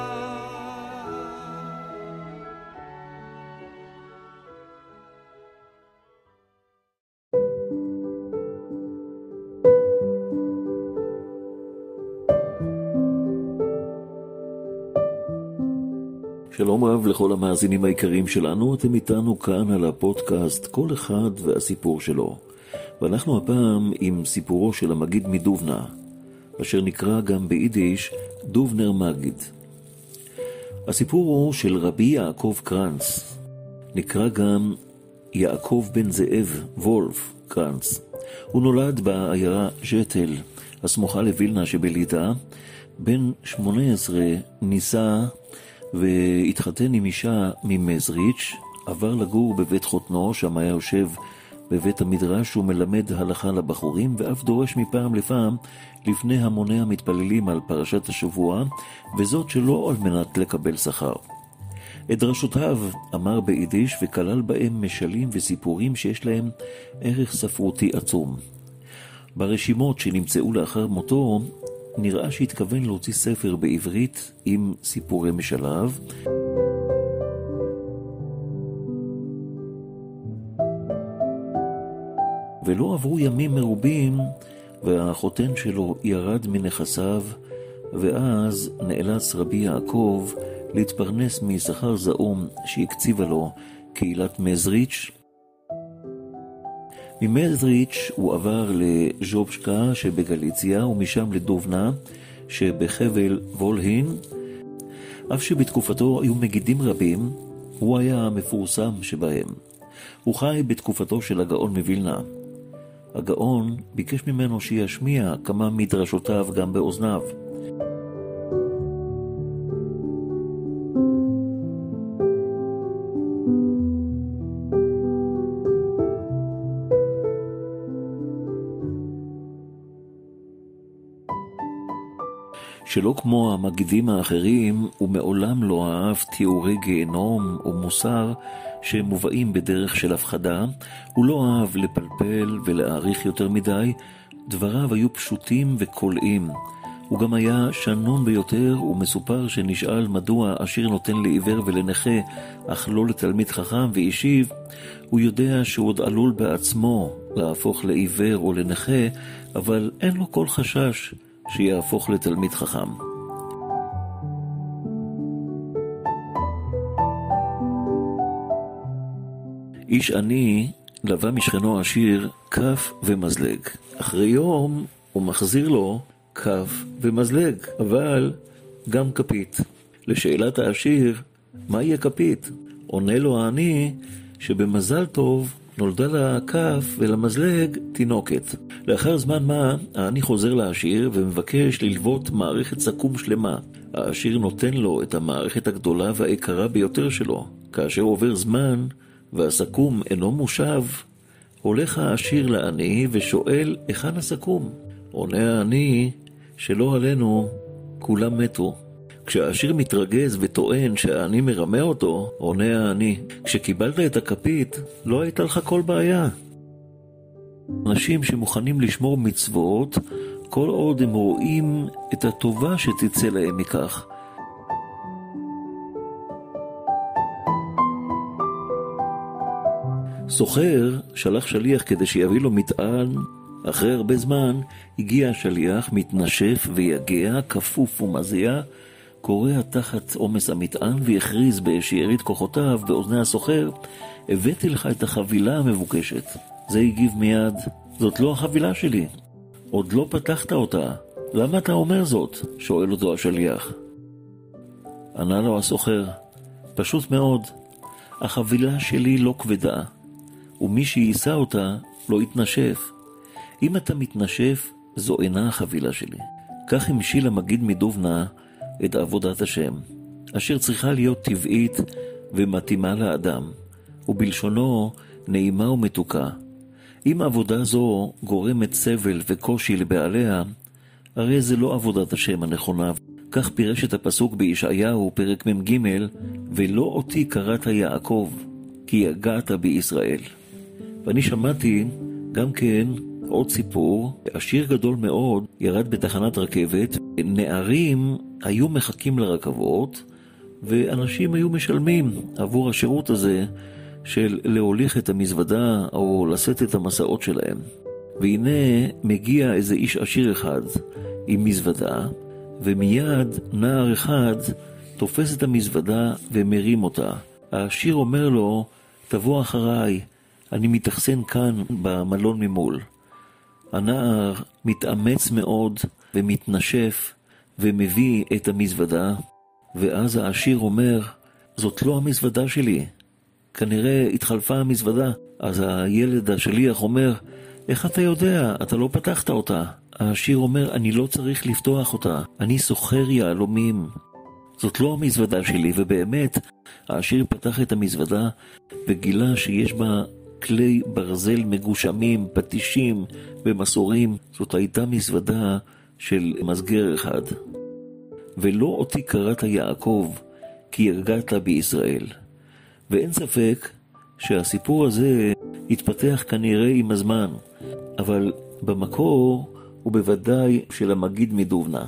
שלום רב לכל המאזינים העיקריים שלנו, אתם איתנו כאן על הפודקאסט כל אחד והסיפור שלו. ואנחנו הפעם עם סיפורו של המגיד מדובנה, אשר נקרא גם ביידיש דובנר מגיד. הסיפור הוא של רבי יעקב קרנץ, נקרא גם יעקב בן זאב וולף קרנץ. הוא נולד בעיירה ז'טל, הסמוכה לווילנה שבליטא. בן 18 נישא והתחתן עם אישה ממזריץ', עבר לגור בבית חותנו, שם היה יושב בבית המדרש ומלמד הלכה לבחורים, ואף דורש מפעם לפעם לפני המוני המתפללים על פרשת השבוע, וזאת שלא על מנת לקבל שכר. את דרשותיו אמר ביידיש וכלל בהם משלים וסיפורים שיש להם ערך ספרותי עצום. ברשימות שנמצאו לאחר מותו נראה שהתכוון להוציא ספר בעברית עם סיפורי משליו. ולא עברו ימים מרובים והחותן שלו ירד מנכסיו, ואז נאלץ רבי יעקב להתפרנס משכר זעום שהקציבה לו קהילת מזריץ'. ממזריץ' הוא עבר לז'ובשקה שבגליציה, ומשם לדובנה שבחבל וולהין. אף שבתקופתו היו מגידים רבים, הוא היה המפורסם שבהם. הוא חי בתקופתו של הגאון מווילנה. הגאון ביקש ממנו שישמיע כמה מדרשותיו גם באוזניו. שלא כמו המגידים האחרים, הוא מעולם לא אהב תיאורי גיהנום או מוסר שמובאים בדרך של הפחדה. הוא לא אהב לפלפל ולהעריך יותר מדי, דבריו היו פשוטים וקולעים. הוא גם היה שנון ביותר, ומסופר שנשאל מדוע עשיר נותן לעיוור ולנכה אך לא לתלמיד חכם, והשיב, הוא יודע שהוא עוד עלול בעצמו להפוך לעיוור או לנכה, אבל אין לו כל חשש שיהפוך לתלמיד חכם. איש עני לווה משכנו עשיר כף ומזלג. אחרי יום הוא מחזיר לו כף ומזלג, אבל גם כפית. לשאלת העשיר, מה יהיה כפית? עונה לו העני שבמזל טוב נולדה לה כף ולמזלג תינוקת. לאחר זמן מה, העני חוזר לעשיר ומבקש ללוות מערכת סכו"ם שלמה. העשיר נותן לו את המערכת הגדולה והיקרה ביותר שלו. כאשר עובר זמן והסכו"ם אינו מושב, הולך העשיר לעני ושואל היכן הסכו"ם. עונה העני שלא עלינו, כולם מתו. כשהעשיר מתרגז וטוען שהעני מרמה אותו, עונה העני, כשקיבלת את הכפית, לא הייתה לך כל בעיה. אנשים שמוכנים לשמור מצוות, כל עוד הם רואים את הטובה שתצא להם מכך. סוחר שלח שליח כדי שיביא לו מטען אחרי הרבה זמן הגיע השליח, מתנשף ויגע, כפוף ומזיע, קורע תחת עומס המטען והכריז בשארית כוחותיו באוזני הסוחר, הבאתי לך את החבילה המבוקשת. זה הגיב מיד, זאת לא החבילה שלי, עוד לא פתחת אותה, למה אתה אומר זאת? שואל אותו השליח. ענה לו הסוחר, פשוט מאוד, החבילה שלי לא כבדה, ומי שיישא אותה לא יתנשף. אם אתה מתנשף, זו אינה החבילה שלי. כך המשיל המגיד מדובנה את עבודת השם, אשר צריכה להיות טבעית ומתאימה לאדם, ובלשונו נעימה ומתוקה. אם עבודה זו גורמת סבל וקושי לבעליה, הרי זה לא עבודת השם הנכונה. כך פירש את הפסוק בישעיהו פרק מ"ג, ולא אותי קראת יעקב, כי יגעת בישראל. ואני שמעתי גם כן עוד סיפור, עשיר גדול מאוד ירד בתחנת רכבת, נערים היו מחכים לרכבות, ואנשים היו משלמים עבור השירות הזה של להוליך את המזוודה או לשאת את המסעות שלהם. והנה מגיע איזה איש עשיר אחד עם מזוודה, ומיד נער אחד תופס את המזוודה ומרים אותה. העשיר אומר לו, תבוא אחריי, אני מתאכסן כאן במלון ממול. הנער מתאמץ מאוד ומתנשף ומביא את המזוודה, ואז העשיר אומר, זאת לא המזוודה שלי, כנראה התחלפה המזוודה. אז הילד השליח אומר, איך אתה יודע? אתה לא פתחת אותה. העשיר אומר, אני לא צריך לפתוח אותה, אני סוחר יהלומים, זאת לא המזוודה שלי. ובאמת העשיר פתח את המזוודה וגילה שיש בה כלי ברזל מגושמים, פטישים ומסורים. זאת הייתה מזוודה של מסגר אחד. ולא אותי קראת יעקב, כי יגעת בישראל. ואין ספק שהסיפור הזה התפתח כנראה עם הזמן, אבל במקור הוא בוודאי של המגיד מדובנה.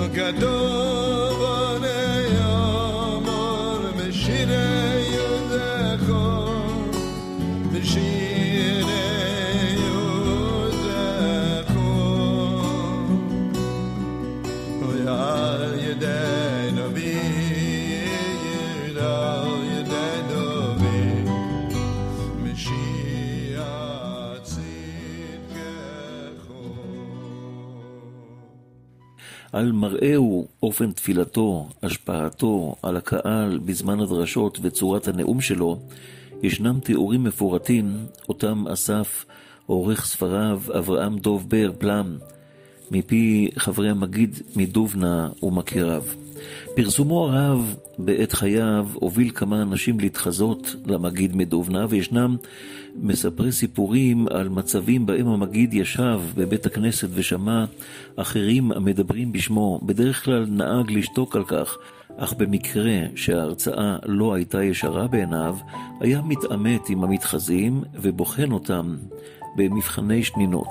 על מראהו, אופן תפילתו, השפעתו על הקהל בזמן הדרשות וצורת הנאום שלו, ישנם תיאורים מפורטים אותם אסף עורך ספריו אברהם דוב בר פלם מפי חברי המגיד מדובנה ומכיריו. פרסומו הרב בעת חייו הוביל כמה אנשים להתחזות למגיד מדובנה, וישנם מספרי סיפורים על מצבים בהם המגיד ישב בבית הכנסת ושמע אחרים המדברים בשמו. בדרך כלל נהג לשתוק על כך, אך במקרה שההרצאה לא הייתה ישרה בעיניו, היה מתעמת עם המתחזים ובוחן אותם במבחני שנינות.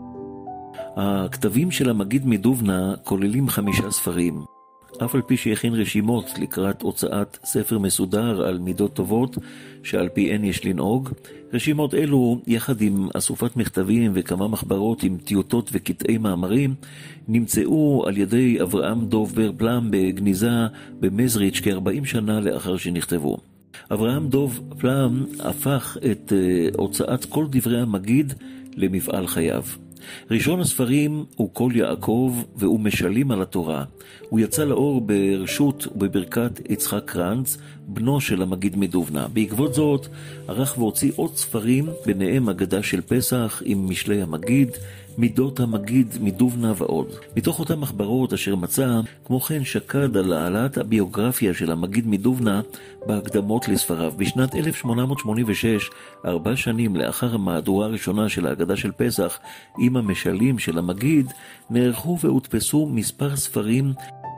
הכתבים של המגיד מדובנה כוללים 5 ספרים. אף על פי שהכין רשימות לקראת הוצאת ספר מסודר על מידות טובות שעל פיהן יש לנהוג, רשימות אלו יחד עם אסופת מכתבים וכמה מחברות עם טיוטות וקטעי מאמרים נמצאו על ידי אברהם דוב בר פלם בגניזה במזריץ' כ-40 שנה לאחר שנכתבו. אברהם דוב פלם הפך את הוצאת כל דברי המגיד למפעל חייו. ראשון הספרים הוא כל יעקב והוא משלים על התורה. הוא יצא לאור ברשות ובברכת יצחק קרנץ, בנו של המגיד מדובנה. בעקבות זאת ערך והוציא עוד ספרים, ביניהם אגדה של פסח עם משלי המגיד, מידות המגיד מדובנה ועוד. מתוך אותם מחברות אשר מצא, כמו כן שקד על העלאת הביוגרפיה של המגיד מדובנה בהקדמות לספריו. בשנת 1886, 4 שנים לאחר המהדורה הראשונה של האגדה של פסח עם המשלים של המגיד, נערכו והודפסו מספר ספרים.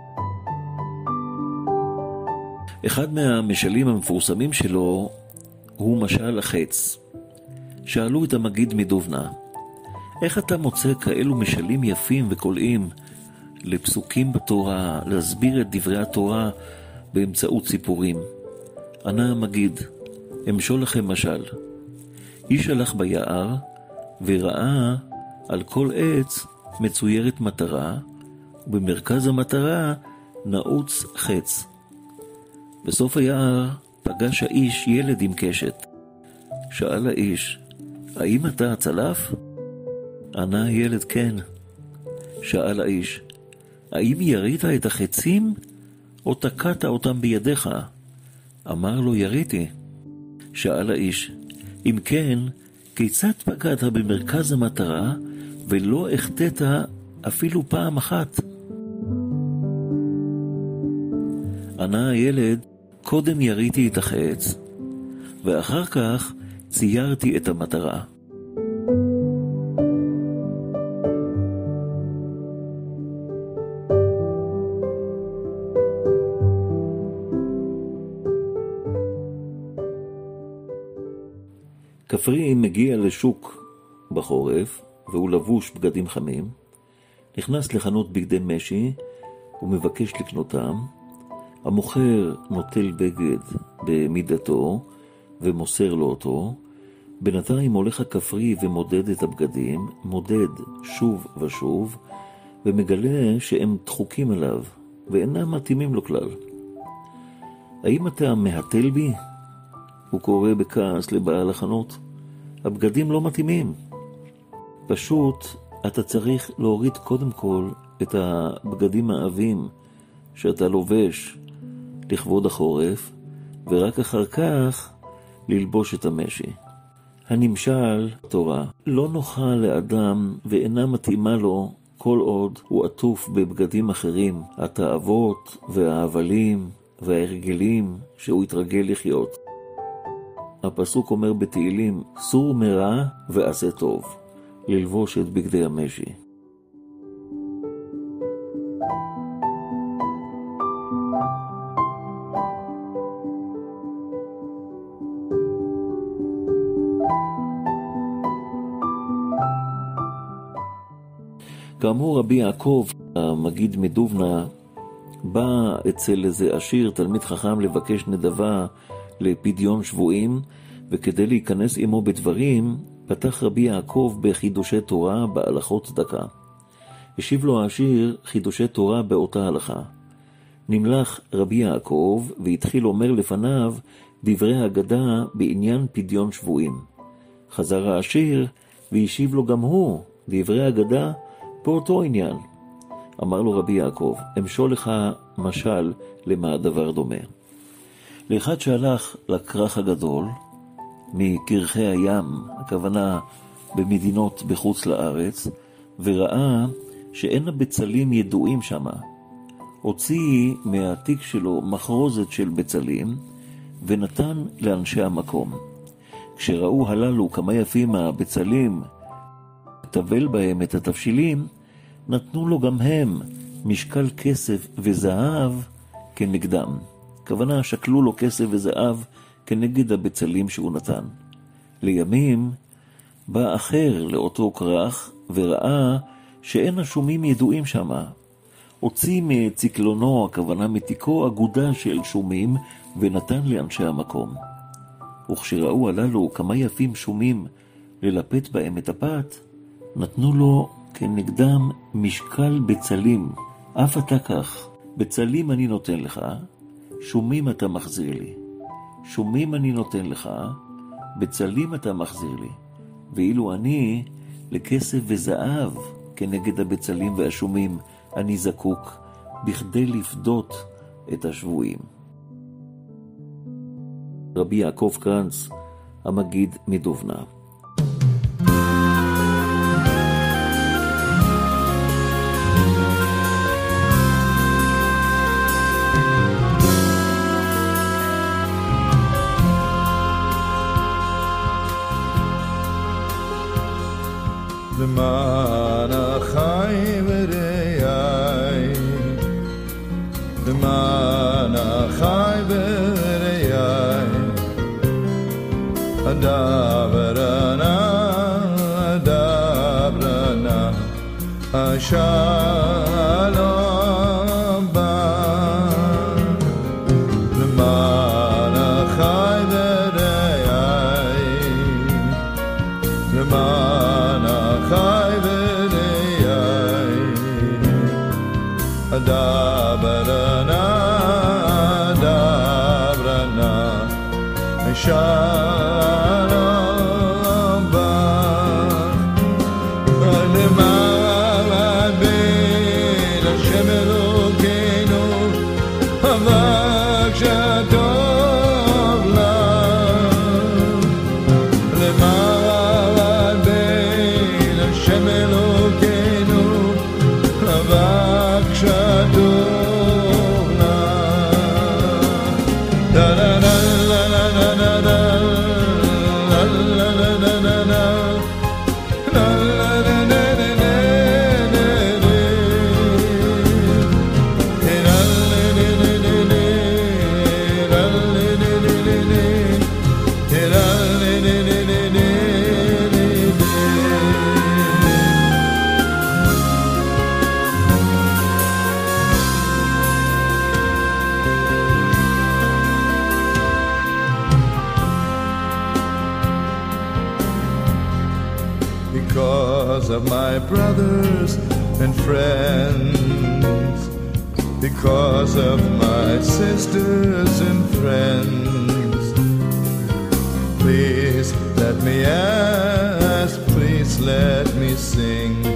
אחד מהמשלים המפורסמים שלו הוא משל החץ. שאלו את המגיד מדובנה, איך אתה מוצא כאלו משלים יפים וקולעים לפסוקים בתורה, להסביר את דברי התורה באמצעות סיפורים? ענה המגיד, אמשול לכם משל. איש הלך ביער וראה על כל עץ מצוירת מטרה, ובמרכז המטרה נעוץ חץ. בסוף היער פגש האיש ילד עם קשת. שאל האיש, האם אתה הצלף? ענה הילד, כן. שאל האיש, האם ירית את החצים או תקעת אותם בידיך? אמר לו, יריתי. שאל האיש, אם כן, כיצד פגעת במרכז המטרה ולא החטאת אפילו פעם אחת? ענה הילד, קודם יריתי את החץ ואחר כך ציירתי את המטרה. כפרי מגיע לשוק בחורף והוא לבוש בגדים חמים, נכנס לחנות בגדי משי ומבקש לקנותם. המוכר נוטל בגד במידתו ומוסר לו אותו. בינתיים הולך הכפרי ומודד את הבגדים, מודד שוב ושוב ומגלה שהם דחוקים עליו ואינם מתאימים לו כלל. האם אתה מהתל בי? הוא קורא בכעס לבעל החנות. הבגדים לא מתאימים. פשוט אתה צריך להוריד קודם כל את הבגדים העבים שאתה לובש לכבוד החורף, ורק אחר כך ללבוש את המשי. הנמשל תורה לא נוחה לאדם ואינה מתאימה לו כל עוד הוא עטוף בבגדים אחרים, התאוות וההבלים וההרגלים שהוא התרגל לחיות. הפסוק אומר בתהילים, סור מרע ועשה טוב, ללבוש את בגדי המשי. כאמור, רבי יעקב, המגיד מדובנה, בא אצל איזה עשיר, תלמיד חכם, לבקש נדבה לפדיון שבועים, וכדי להיכנס עמו בדברים, פתח רבי יעקב בחידושי תורה בהלכות צדקה. השיב לו העשיר חידושי תורה באותה הלכה. נמלך רבי יעקב והתחיל אומר לפניו דברי אגדה בעניין פדיון שבועים. חזר העשיר והשיב לו גם הוא דברי אגדה באותו עניין. אמר לו רבי יעקב, אמשול לך משל למה הדבר דומה. לאחד שהלך לכרך הגדול מקרחי הים, הכוונה במדינות בחוץ לארץ, וראה שאין הבצלים ידועים שמה. הוציא מהתיק שלו מחרוזת של בצלים ונתן לאנשי המקום. כשראו הללו כמה יפים הבצלים, טבל בהם את התבשילים, נתנו לו גם הם משקל כסף וזהב כנגדם. כוונה שקלו לו כסף וזהב כנגד הבצלים שהוא נתן. לימים בא אחר לאותו כרך וראה שאין השומים ידועים שמה. הוציא מציקלונו, הכוונה מתיקו, אגודה של שומים ונתן לאנשי המקום. וכשראו הללו כמה יפים שומים ללפת בהם את הפת, נתנו לו כנגדם משקל בצלים. אף אתה כך, בצלים אני נותן לך, שומים אתה מחזיר לי. שומים אני נותן לך, בצלים אתה מחזיר לי. ואילו אני לכסף וזהב כנגד הבצלים והשומים אני זקוק בכדי לפדות את השבויים. רבי יעקב קרנץ, המגיד מדובנה. למען החי ורעי, למען החי ורעי, אדברנה, אדברנה, השלום בא. למען החי ורעי, למען החי ורעי, אדברנה, אדברנה, שלום בך. למען בין השם אלוקינו, אבק שטוב לך. למען בין השם אלוקינו, אבק שטוב לך. דה דה דה because of my brothers and friends, because of my sisters and friends. Please let me ask, please let me sing